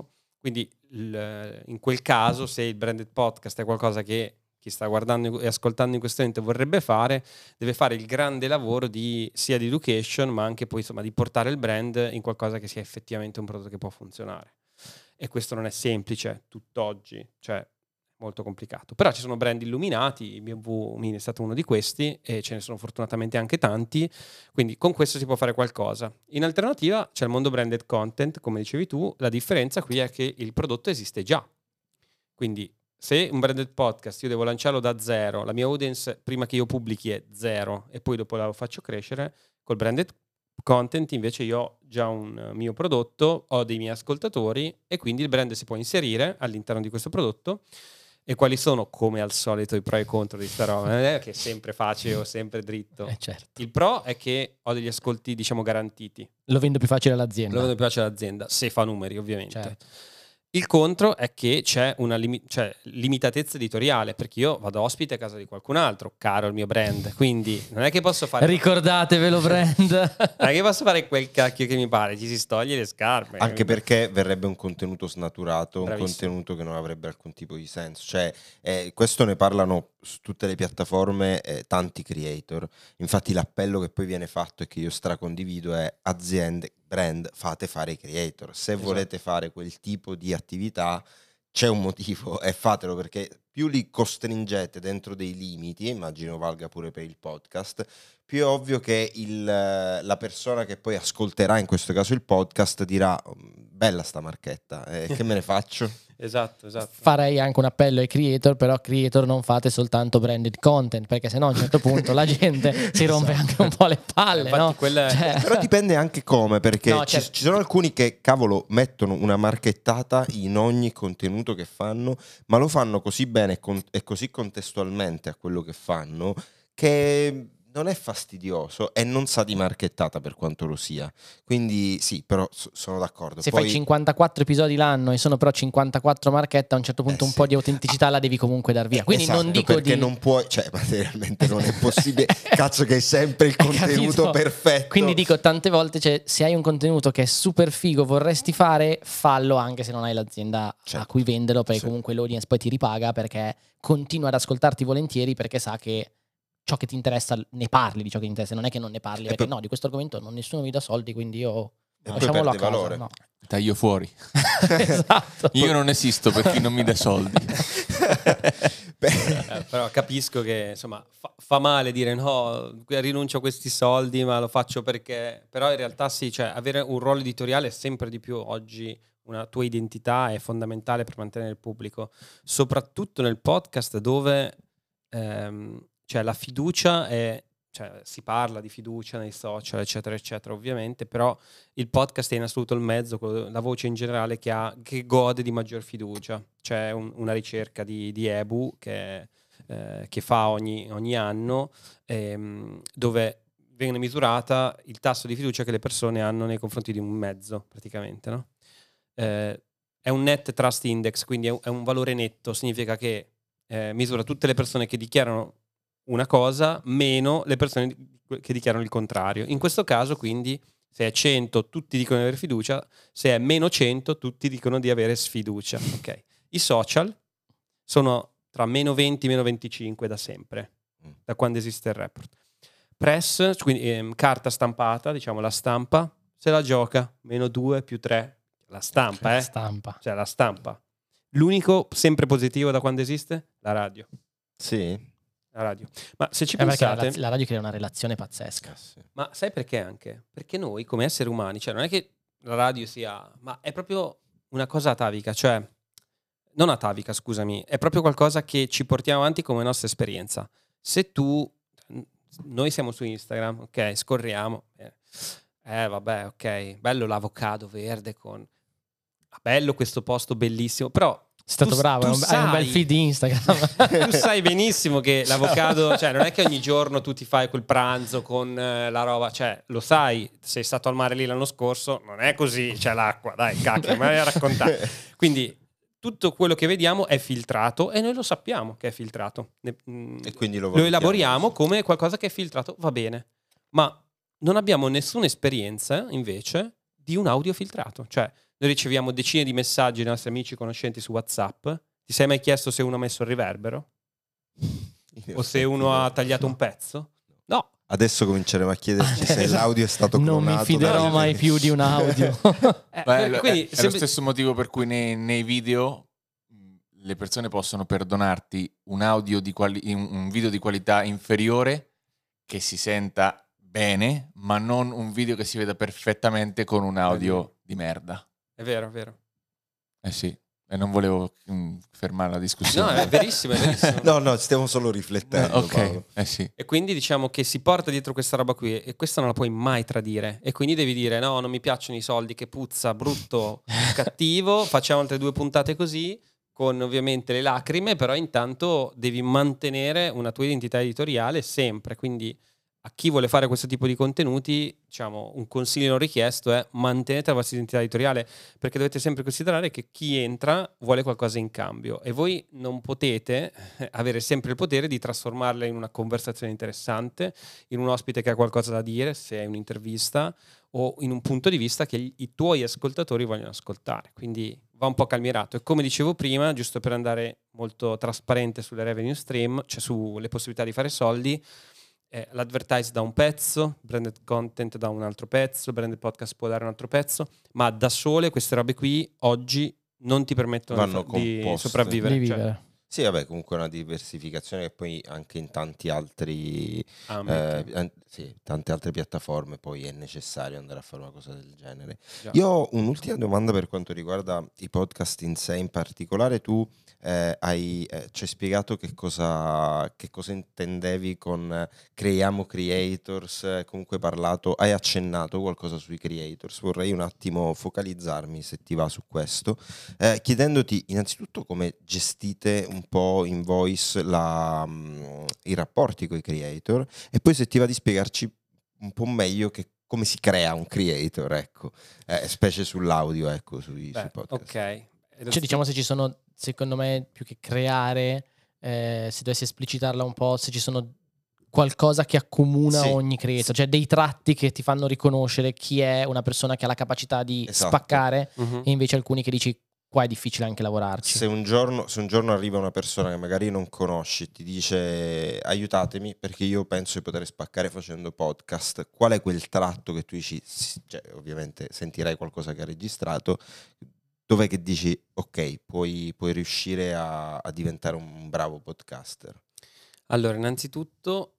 Quindi il, in quel caso, se il branded podcast è qualcosa che chi sta guardando e ascoltando in questo momento vorrebbe fare, deve fare il grande lavoro di sia di education, ma anche poi insomma di portare il brand in qualcosa che sia effettivamente un prodotto che può funzionare. E questo non è semplice tutt'oggi, cioè molto complicato. Però ci sono brand illuminati, B and W Mini è stato uno di questi e ce ne sono fortunatamente anche tanti, quindi con questo si può fare qualcosa. In alternativa c'è il mondo branded content, come dicevi tu, la differenza qui è che il prodotto esiste già. Quindi se un branded podcast io devo lanciarlo da zero, la mia audience prima che io pubblichi è zero e poi dopo la faccio crescere, col branded content invece io ho già un mio prodotto, ho dei miei ascoltatori e quindi il brand si può inserire all'interno di questo prodotto. E quali sono, come al solito, i pro e i contro di sta roba? Non è che è sempre facile o sempre dritto. Eh, certo. Il pro è che ho degli ascolti, diciamo, garantiti. Lo vendo più facile all'azienda. Lo vendo più facile all'azienda, se fa numeri, ovviamente. Certo. Il contro è che c'è una limi- cioè, limitatezza editoriale, perché io vado ospite a casa di qualcun altro, caro il mio brand, quindi non è che posso fare... Ricordatevelo, brand. Non è che posso fare quel cacchio che mi pare, ci si stoglie le scarpe. Anche perché verrebbe un contenuto snaturato, Bravissimo. un contenuto che non avrebbe alcun tipo di senso. Cioè, eh, questo ne parlano su tutte le piattaforme eh, tanti creator. Infatti l'appello che poi viene fatto e che io stracondivido è: aziende, brand, fate fare i creator. Se Esatto. volete fare quel tipo di attività c'è un motivo e fatelo, perché più li costringete dentro dei limiti, immagino valga pure per il podcast, più è ovvio che il, la persona che poi ascolterà, in questo caso il podcast, dirà: bella sta marchetta, eh, che me ne faccio? Esatto, esatto. Farei anche un appello ai creator, però creator non fate soltanto branded content, perché sennò a un certo punto la gente si rompe Esatto. anche un po' le palle, Infatti no? quella è- Cioè- Però dipende anche come, perché No, ci, certo. ci sono alcuni che, cavolo, mettono una marchettata in ogni contenuto che fanno, ma lo fanno così bene e, con- e così contestualmente a quello che fanno, che non è fastidioso e non sa di marchettata per quanto lo sia. Quindi sì, però so- sono d'accordo. Se Poi, fai cinquantaquattro episodi l'anno e sono però cinquantaquattro marchette, a un certo punto Eh un sì. po' di autenticità la devi comunque dar via. Quindi esatto, non dico perché di... non puoi, cioè materialmente non è possibile. Cazzo che è sempre il Hai contenuto capito? perfetto. Quindi dico, tante volte, cioè, se hai un contenuto che è super figo, vorresti fare, fallo anche se non hai l'azienda Certo. a cui venderlo, perché Sì. comunque l'audience poi ti ripaga, perché continua ad ascoltarti volentieri, perché sa che ciò che ti interessa ne parli di ciò che ti interessa, non è che non ne parli, E perché poi- no, di questo argomento non nessuno mi dà soldi, quindi io E poi lasciamolo a perde casa. valore. No. Taglio fuori. Esatto. Io non esisto per chi non mi dà soldi. Beh, Eh, però capisco che insomma fa, fa male dire no, rinuncio a questi soldi, ma lo faccio perché... Però in realtà sì, cioè avere un ruolo editoriale è sempre di più oggi, una tua identità è fondamentale per mantenere il pubblico, soprattutto nel podcast dove ehm, cioè la fiducia è... Cioè, si parla di fiducia nei social, eccetera, eccetera, ovviamente, però il podcast è in assoluto il mezzo, quello- la voce in generale che, ha, che gode di maggior fiducia. C'è un- una ricerca di, di Ebu che, eh, che fa ogni, ogni anno, ehm, dove viene misurata il tasso di fiducia che le persone hanno nei confronti di un mezzo, praticamente, no? Eh, è un net trust index, quindi è un, è un valore netto, significa che eh, misura tutte le persone che dichiarano una cosa meno le persone che dichiarano il contrario. In questo caso, quindi, se è cento tutti dicono di avere fiducia, se è meno cento tutti dicono di avere sfiducia. Ok. I social sono tra meno venti e meno venticinque da sempre, da quando esiste il report. Press, quindi ehm, carta stampata, diciamo la stampa, se la gioca, meno due più tre, la stampa, eh? Stampa. Cioè la stampa. L'unico sempre positivo da quando esiste? La radio. sì. La radio. Ma se ci Eh, perché la, pensate... la radio crea una relazione pazzesca. Ma sai perché anche? Perché noi come esseri umani, cioè non è che la radio sia, ma è proprio una cosa atavica, cioè non atavica, scusami, è proprio qualcosa che ci portiamo avanti come nostra esperienza. Se tu, noi siamo su Instagram, ok, scorriamo, eh, eh vabbè, ok, bello l'avocado verde con, ah, bello questo posto bellissimo, però Sei stato tu- bravo, tu hai un, hai un bel sai- feed di Instagram. tu sai benissimo che l'avocado, cioè non è che ogni giorno tu ti fai quel pranzo con eh, la roba, cioè lo sai, sei stato al mare lì l'anno scorso, non è così, c'è l'acqua, dai cacchio, me l'hai raccontato. Quindi tutto quello che vediamo è filtrato e noi lo sappiamo che è filtrato. Ne- mm, E quindi lo lo valutiamo, elaboriamo sì. come qualcosa che è filtrato, va bene, ma non abbiamo nessuna esperienza invece di un audio filtrato, cioè noi riceviamo decine di messaggi dai nostri amici conoscenti su WhatsApp. Ti sei mai chiesto se uno ha messo il riverbero? O se uno ha tagliato un pezzo? No. Adesso cominceremo a chiederci se l'audio è stato Non clonato. mi fiderò da- mai più di un audio. Eh, Beh, quindi, è, è se- lo stesso motivo per cui nei, nei video mh, le persone possono perdonarti un audio di quali- un un video di qualità inferiore che si senta bene, ma non un video che si veda perfettamente con un audio di merda. È vero, è vero. Eh sì, e non volevo mh, fermare la No, discussione. è verissimo, è verissimo. No, no, stiamo solo riflettendo. ok, Paolo. eh sì. E quindi diciamo che si porta dietro questa roba qui e questa non la puoi mai tradire. E quindi devi dire no, non mi piacciono i soldi, che puzza, brutto, cattivo, facciamo altre due puntate così, con ovviamente le lacrime, però intanto devi mantenere una tua identità editoriale sempre. Quindi a chi vuole fare questo tipo di contenuti, diciamo, un consiglio non richiesto è mantenete la vostra identità editoriale, perché dovete sempre considerare che chi entra vuole qualcosa in cambio e voi non potete avere sempre il potere di trasformarla in una conversazione interessante, in un ospite che ha qualcosa da dire, se è un'intervista, o in un punto di vista che gli- i tuoi ascoltatori vogliono ascoltare. Quindi va un po' calmierato. E come dicevo prima, giusto per andare molto trasparente sulle revenue stream, cioè sulle possibilità di fare soldi, eh, l'advertise da un pezzo, branded content da un altro pezzo, branded podcast può dare un altro pezzo, ma da sole queste robe qui oggi non ti permettono Vanno di, fa- di composte. sopravvivere. Di Cioè, vivere. Sì, vabbè, comunque è una diversificazione che poi anche in tanti altri ambiti. eh, an- sì, tante altre piattaforme poi è necessario andare a fare una cosa del genere. Già. Io ho un'ultima domanda per quanto riguarda i podcast in sé, in particolare tu eh, hai, eh, ci hai spiegato che cosa, che cosa intendevi con eh, creiamo creators, eh, comunque parlato, hai accennato qualcosa sui creators, vorrei un attimo focalizzarmi se ti va su questo, eh, chiedendoti innanzitutto come gestite un po' in voice la, mh, i rapporti con i creator e poi se ti va di spiegarci un po' meglio che come si crea un creator, ecco, eh, specie sull'audio, ecco, sui, Beh, sui podcast. ok. Cioè, diciamo se ci sono, secondo me, più che creare, eh, se dovessi esplicitarla un po', se ci sono qualcosa che accomuna Sì, ogni creator, sì. cioè dei tratti che ti fanno riconoscere chi è una persona che ha la capacità di Esatto. spaccare Mhm. e invece alcuni che dici qua è difficile anche lavorarci. Se un, giorno, se un giorno arriva una persona che magari non conosci e ti dice aiutatemi perché io penso di poter spaccare facendo podcast, qual è quel tratto che tu dici, sì, cioè, ovviamente sentirai qualcosa che ha registrato, dov'è che dici ok, puoi, puoi riuscire a, a diventare un bravo podcaster? Allora, innanzitutto,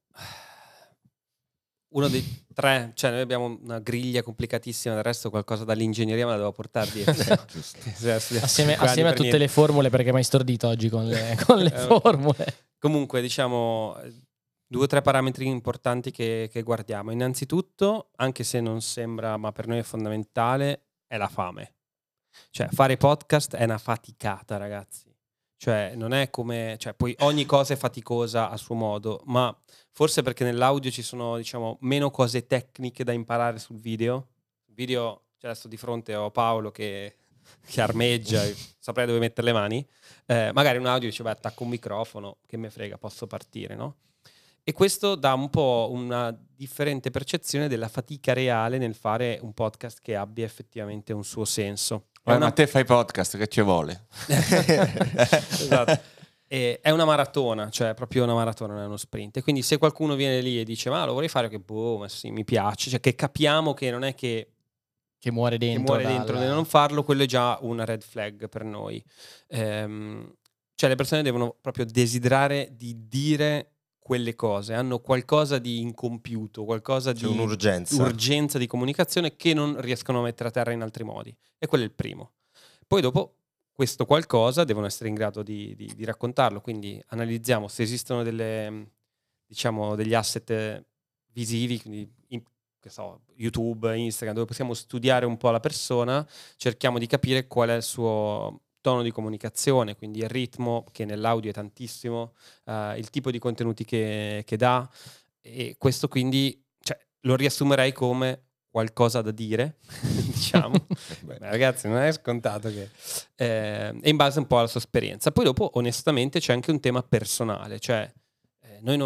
uno dei tre, cioè noi abbiamo una griglia complicatissima, del resto qualcosa dall'ingegneria me la devo portare dietro. Giusto. Se ho studiato Assieme, cinque anni assieme a per tutte niente. le formule, perché mi hai stordito oggi con le, con le Eh, formule. Comunque, diciamo, due o tre parametri importanti che, che guardiamo. Innanzitutto, anche se non sembra, ma per noi è fondamentale, è la fame. Cioè, fare podcast è una faticata, ragazzi. Cioè, non è come... Cioè, poi ogni cosa è faticosa a suo modo, ma forse perché nell'audio ci sono, diciamo, meno cose tecniche da imparare sul video. Il video, cioè adesso di fronte ho Paolo che, che armeggia, e saprei dove mettere le mani. Eh, magari un audio dice, beh, attacco un microfono, che me frega, posso partire, no? E questo dà un po' una differente percezione della fatica reale nel fare un podcast che abbia effettivamente un suo senso. È Eh, una- Ma te fai podcast, che ci vuole? Esatto. E è una maratona, cioè proprio una maratona, non è uno sprint. E quindi se qualcuno viene lì e dice ma lo vorrei fare, che boh, ma sì, mi piace, cioè che capiamo che non è che, Che muore che dentro. muore dal- dentro nel non farlo, quello è già una red flag per noi. Ehm, cioè le persone devono proprio desiderare di dire quelle cose, hanno qualcosa di incompiuto, qualcosa C'è di un'urgenza. urgenza di comunicazione che non riescono a mettere a terra in altri modi. E quello è il primo. Poi dopo questo qualcosa devono essere in grado di, di- di raccontarlo, quindi analizziamo se esistono delle, diciamo, degli asset visivi, quindi in- che so, YouTube, Instagram, dove possiamo studiare un po' la persona, cerchiamo di capire qual è il suo tono di comunicazione, quindi il ritmo, che nell'audio è tantissimo, eh, il tipo di contenuti che, che dà, e questo quindi, cioè, lo riassumerei come qualcosa da dire, diciamo. Beh, Beh, ragazzi, non è scontato che... Eh, e in base un po' alla sua esperienza. Poi dopo, onestamente, c'è anche un tema personale, cioè eh, noi non,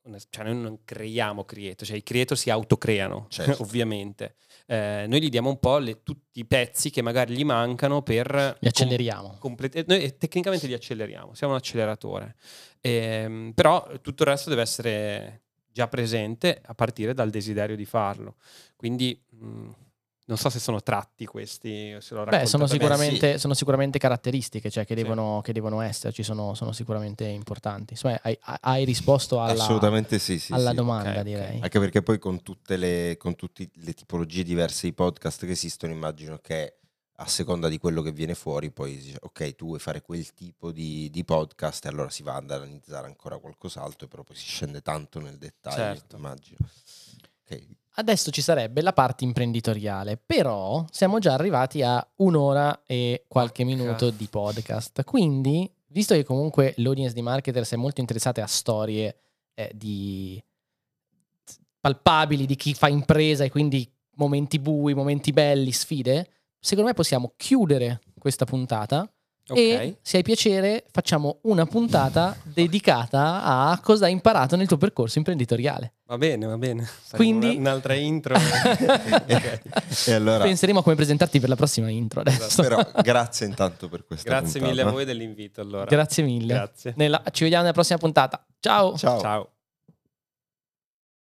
cioè noi non creiamo creator, cioè i creator si autocreano, Certo. ovviamente. Eh, noi gli diamo un po' le, tutti i pezzi che magari gli mancano per... Li acceleriamo. Com- complete- noi tecnicamente li acceleriamo, siamo un acceleratore. Ehm, però tutto il resto deve essere già presente a partire dal desiderio di farlo. Quindi... Mh, non so se sono tratti questi, se l'ho Beh, sono raccontata bene. sicuramente, sì. sono sicuramente caratteristiche, cioè che Sì. devono, che devono esserci, sono, sono sicuramente importanti. Insomma, hai, hai risposto alla, Assolutamente sì, sì, alla sì. domanda, Ok, ok. direi. Anche perché poi con tutte le, con tutte le tipologie diverse di podcast che esistono, immagino che a seconda di quello che viene fuori, poi si dice, ok, tu vuoi fare quel tipo di, di podcast, e allora si va ad analizzare ancora qualcos'altro, però poi si scende tanto nel dettaglio, Certo. immagino. Ok. Adesso ci sarebbe la parte imprenditoriale, però siamo già arrivati a un'ora e qualche Porca. minuto di podcast. Quindi, visto che comunque l'audience di Marketers è molto interessata a storie eh, di palpabili di chi fa impresa e quindi momenti bui, momenti belli, sfide, secondo me possiamo chiudere questa puntata. Ok. E se hai piacere facciamo una puntata dedicata a cosa hai imparato nel tuo percorso imprenditoriale. Va bene, va bene. Saremo Quindi- una- un'altra intro. Ok. E allora, Penseremo a come presentarti per la prossima intro adesso. però, grazie intanto per questa Grazie puntata. mille a voi dell'invito allora. Grazie mille. Grazie. Nella- ci vediamo nella prossima puntata. Ciao. Ciao. Ciao.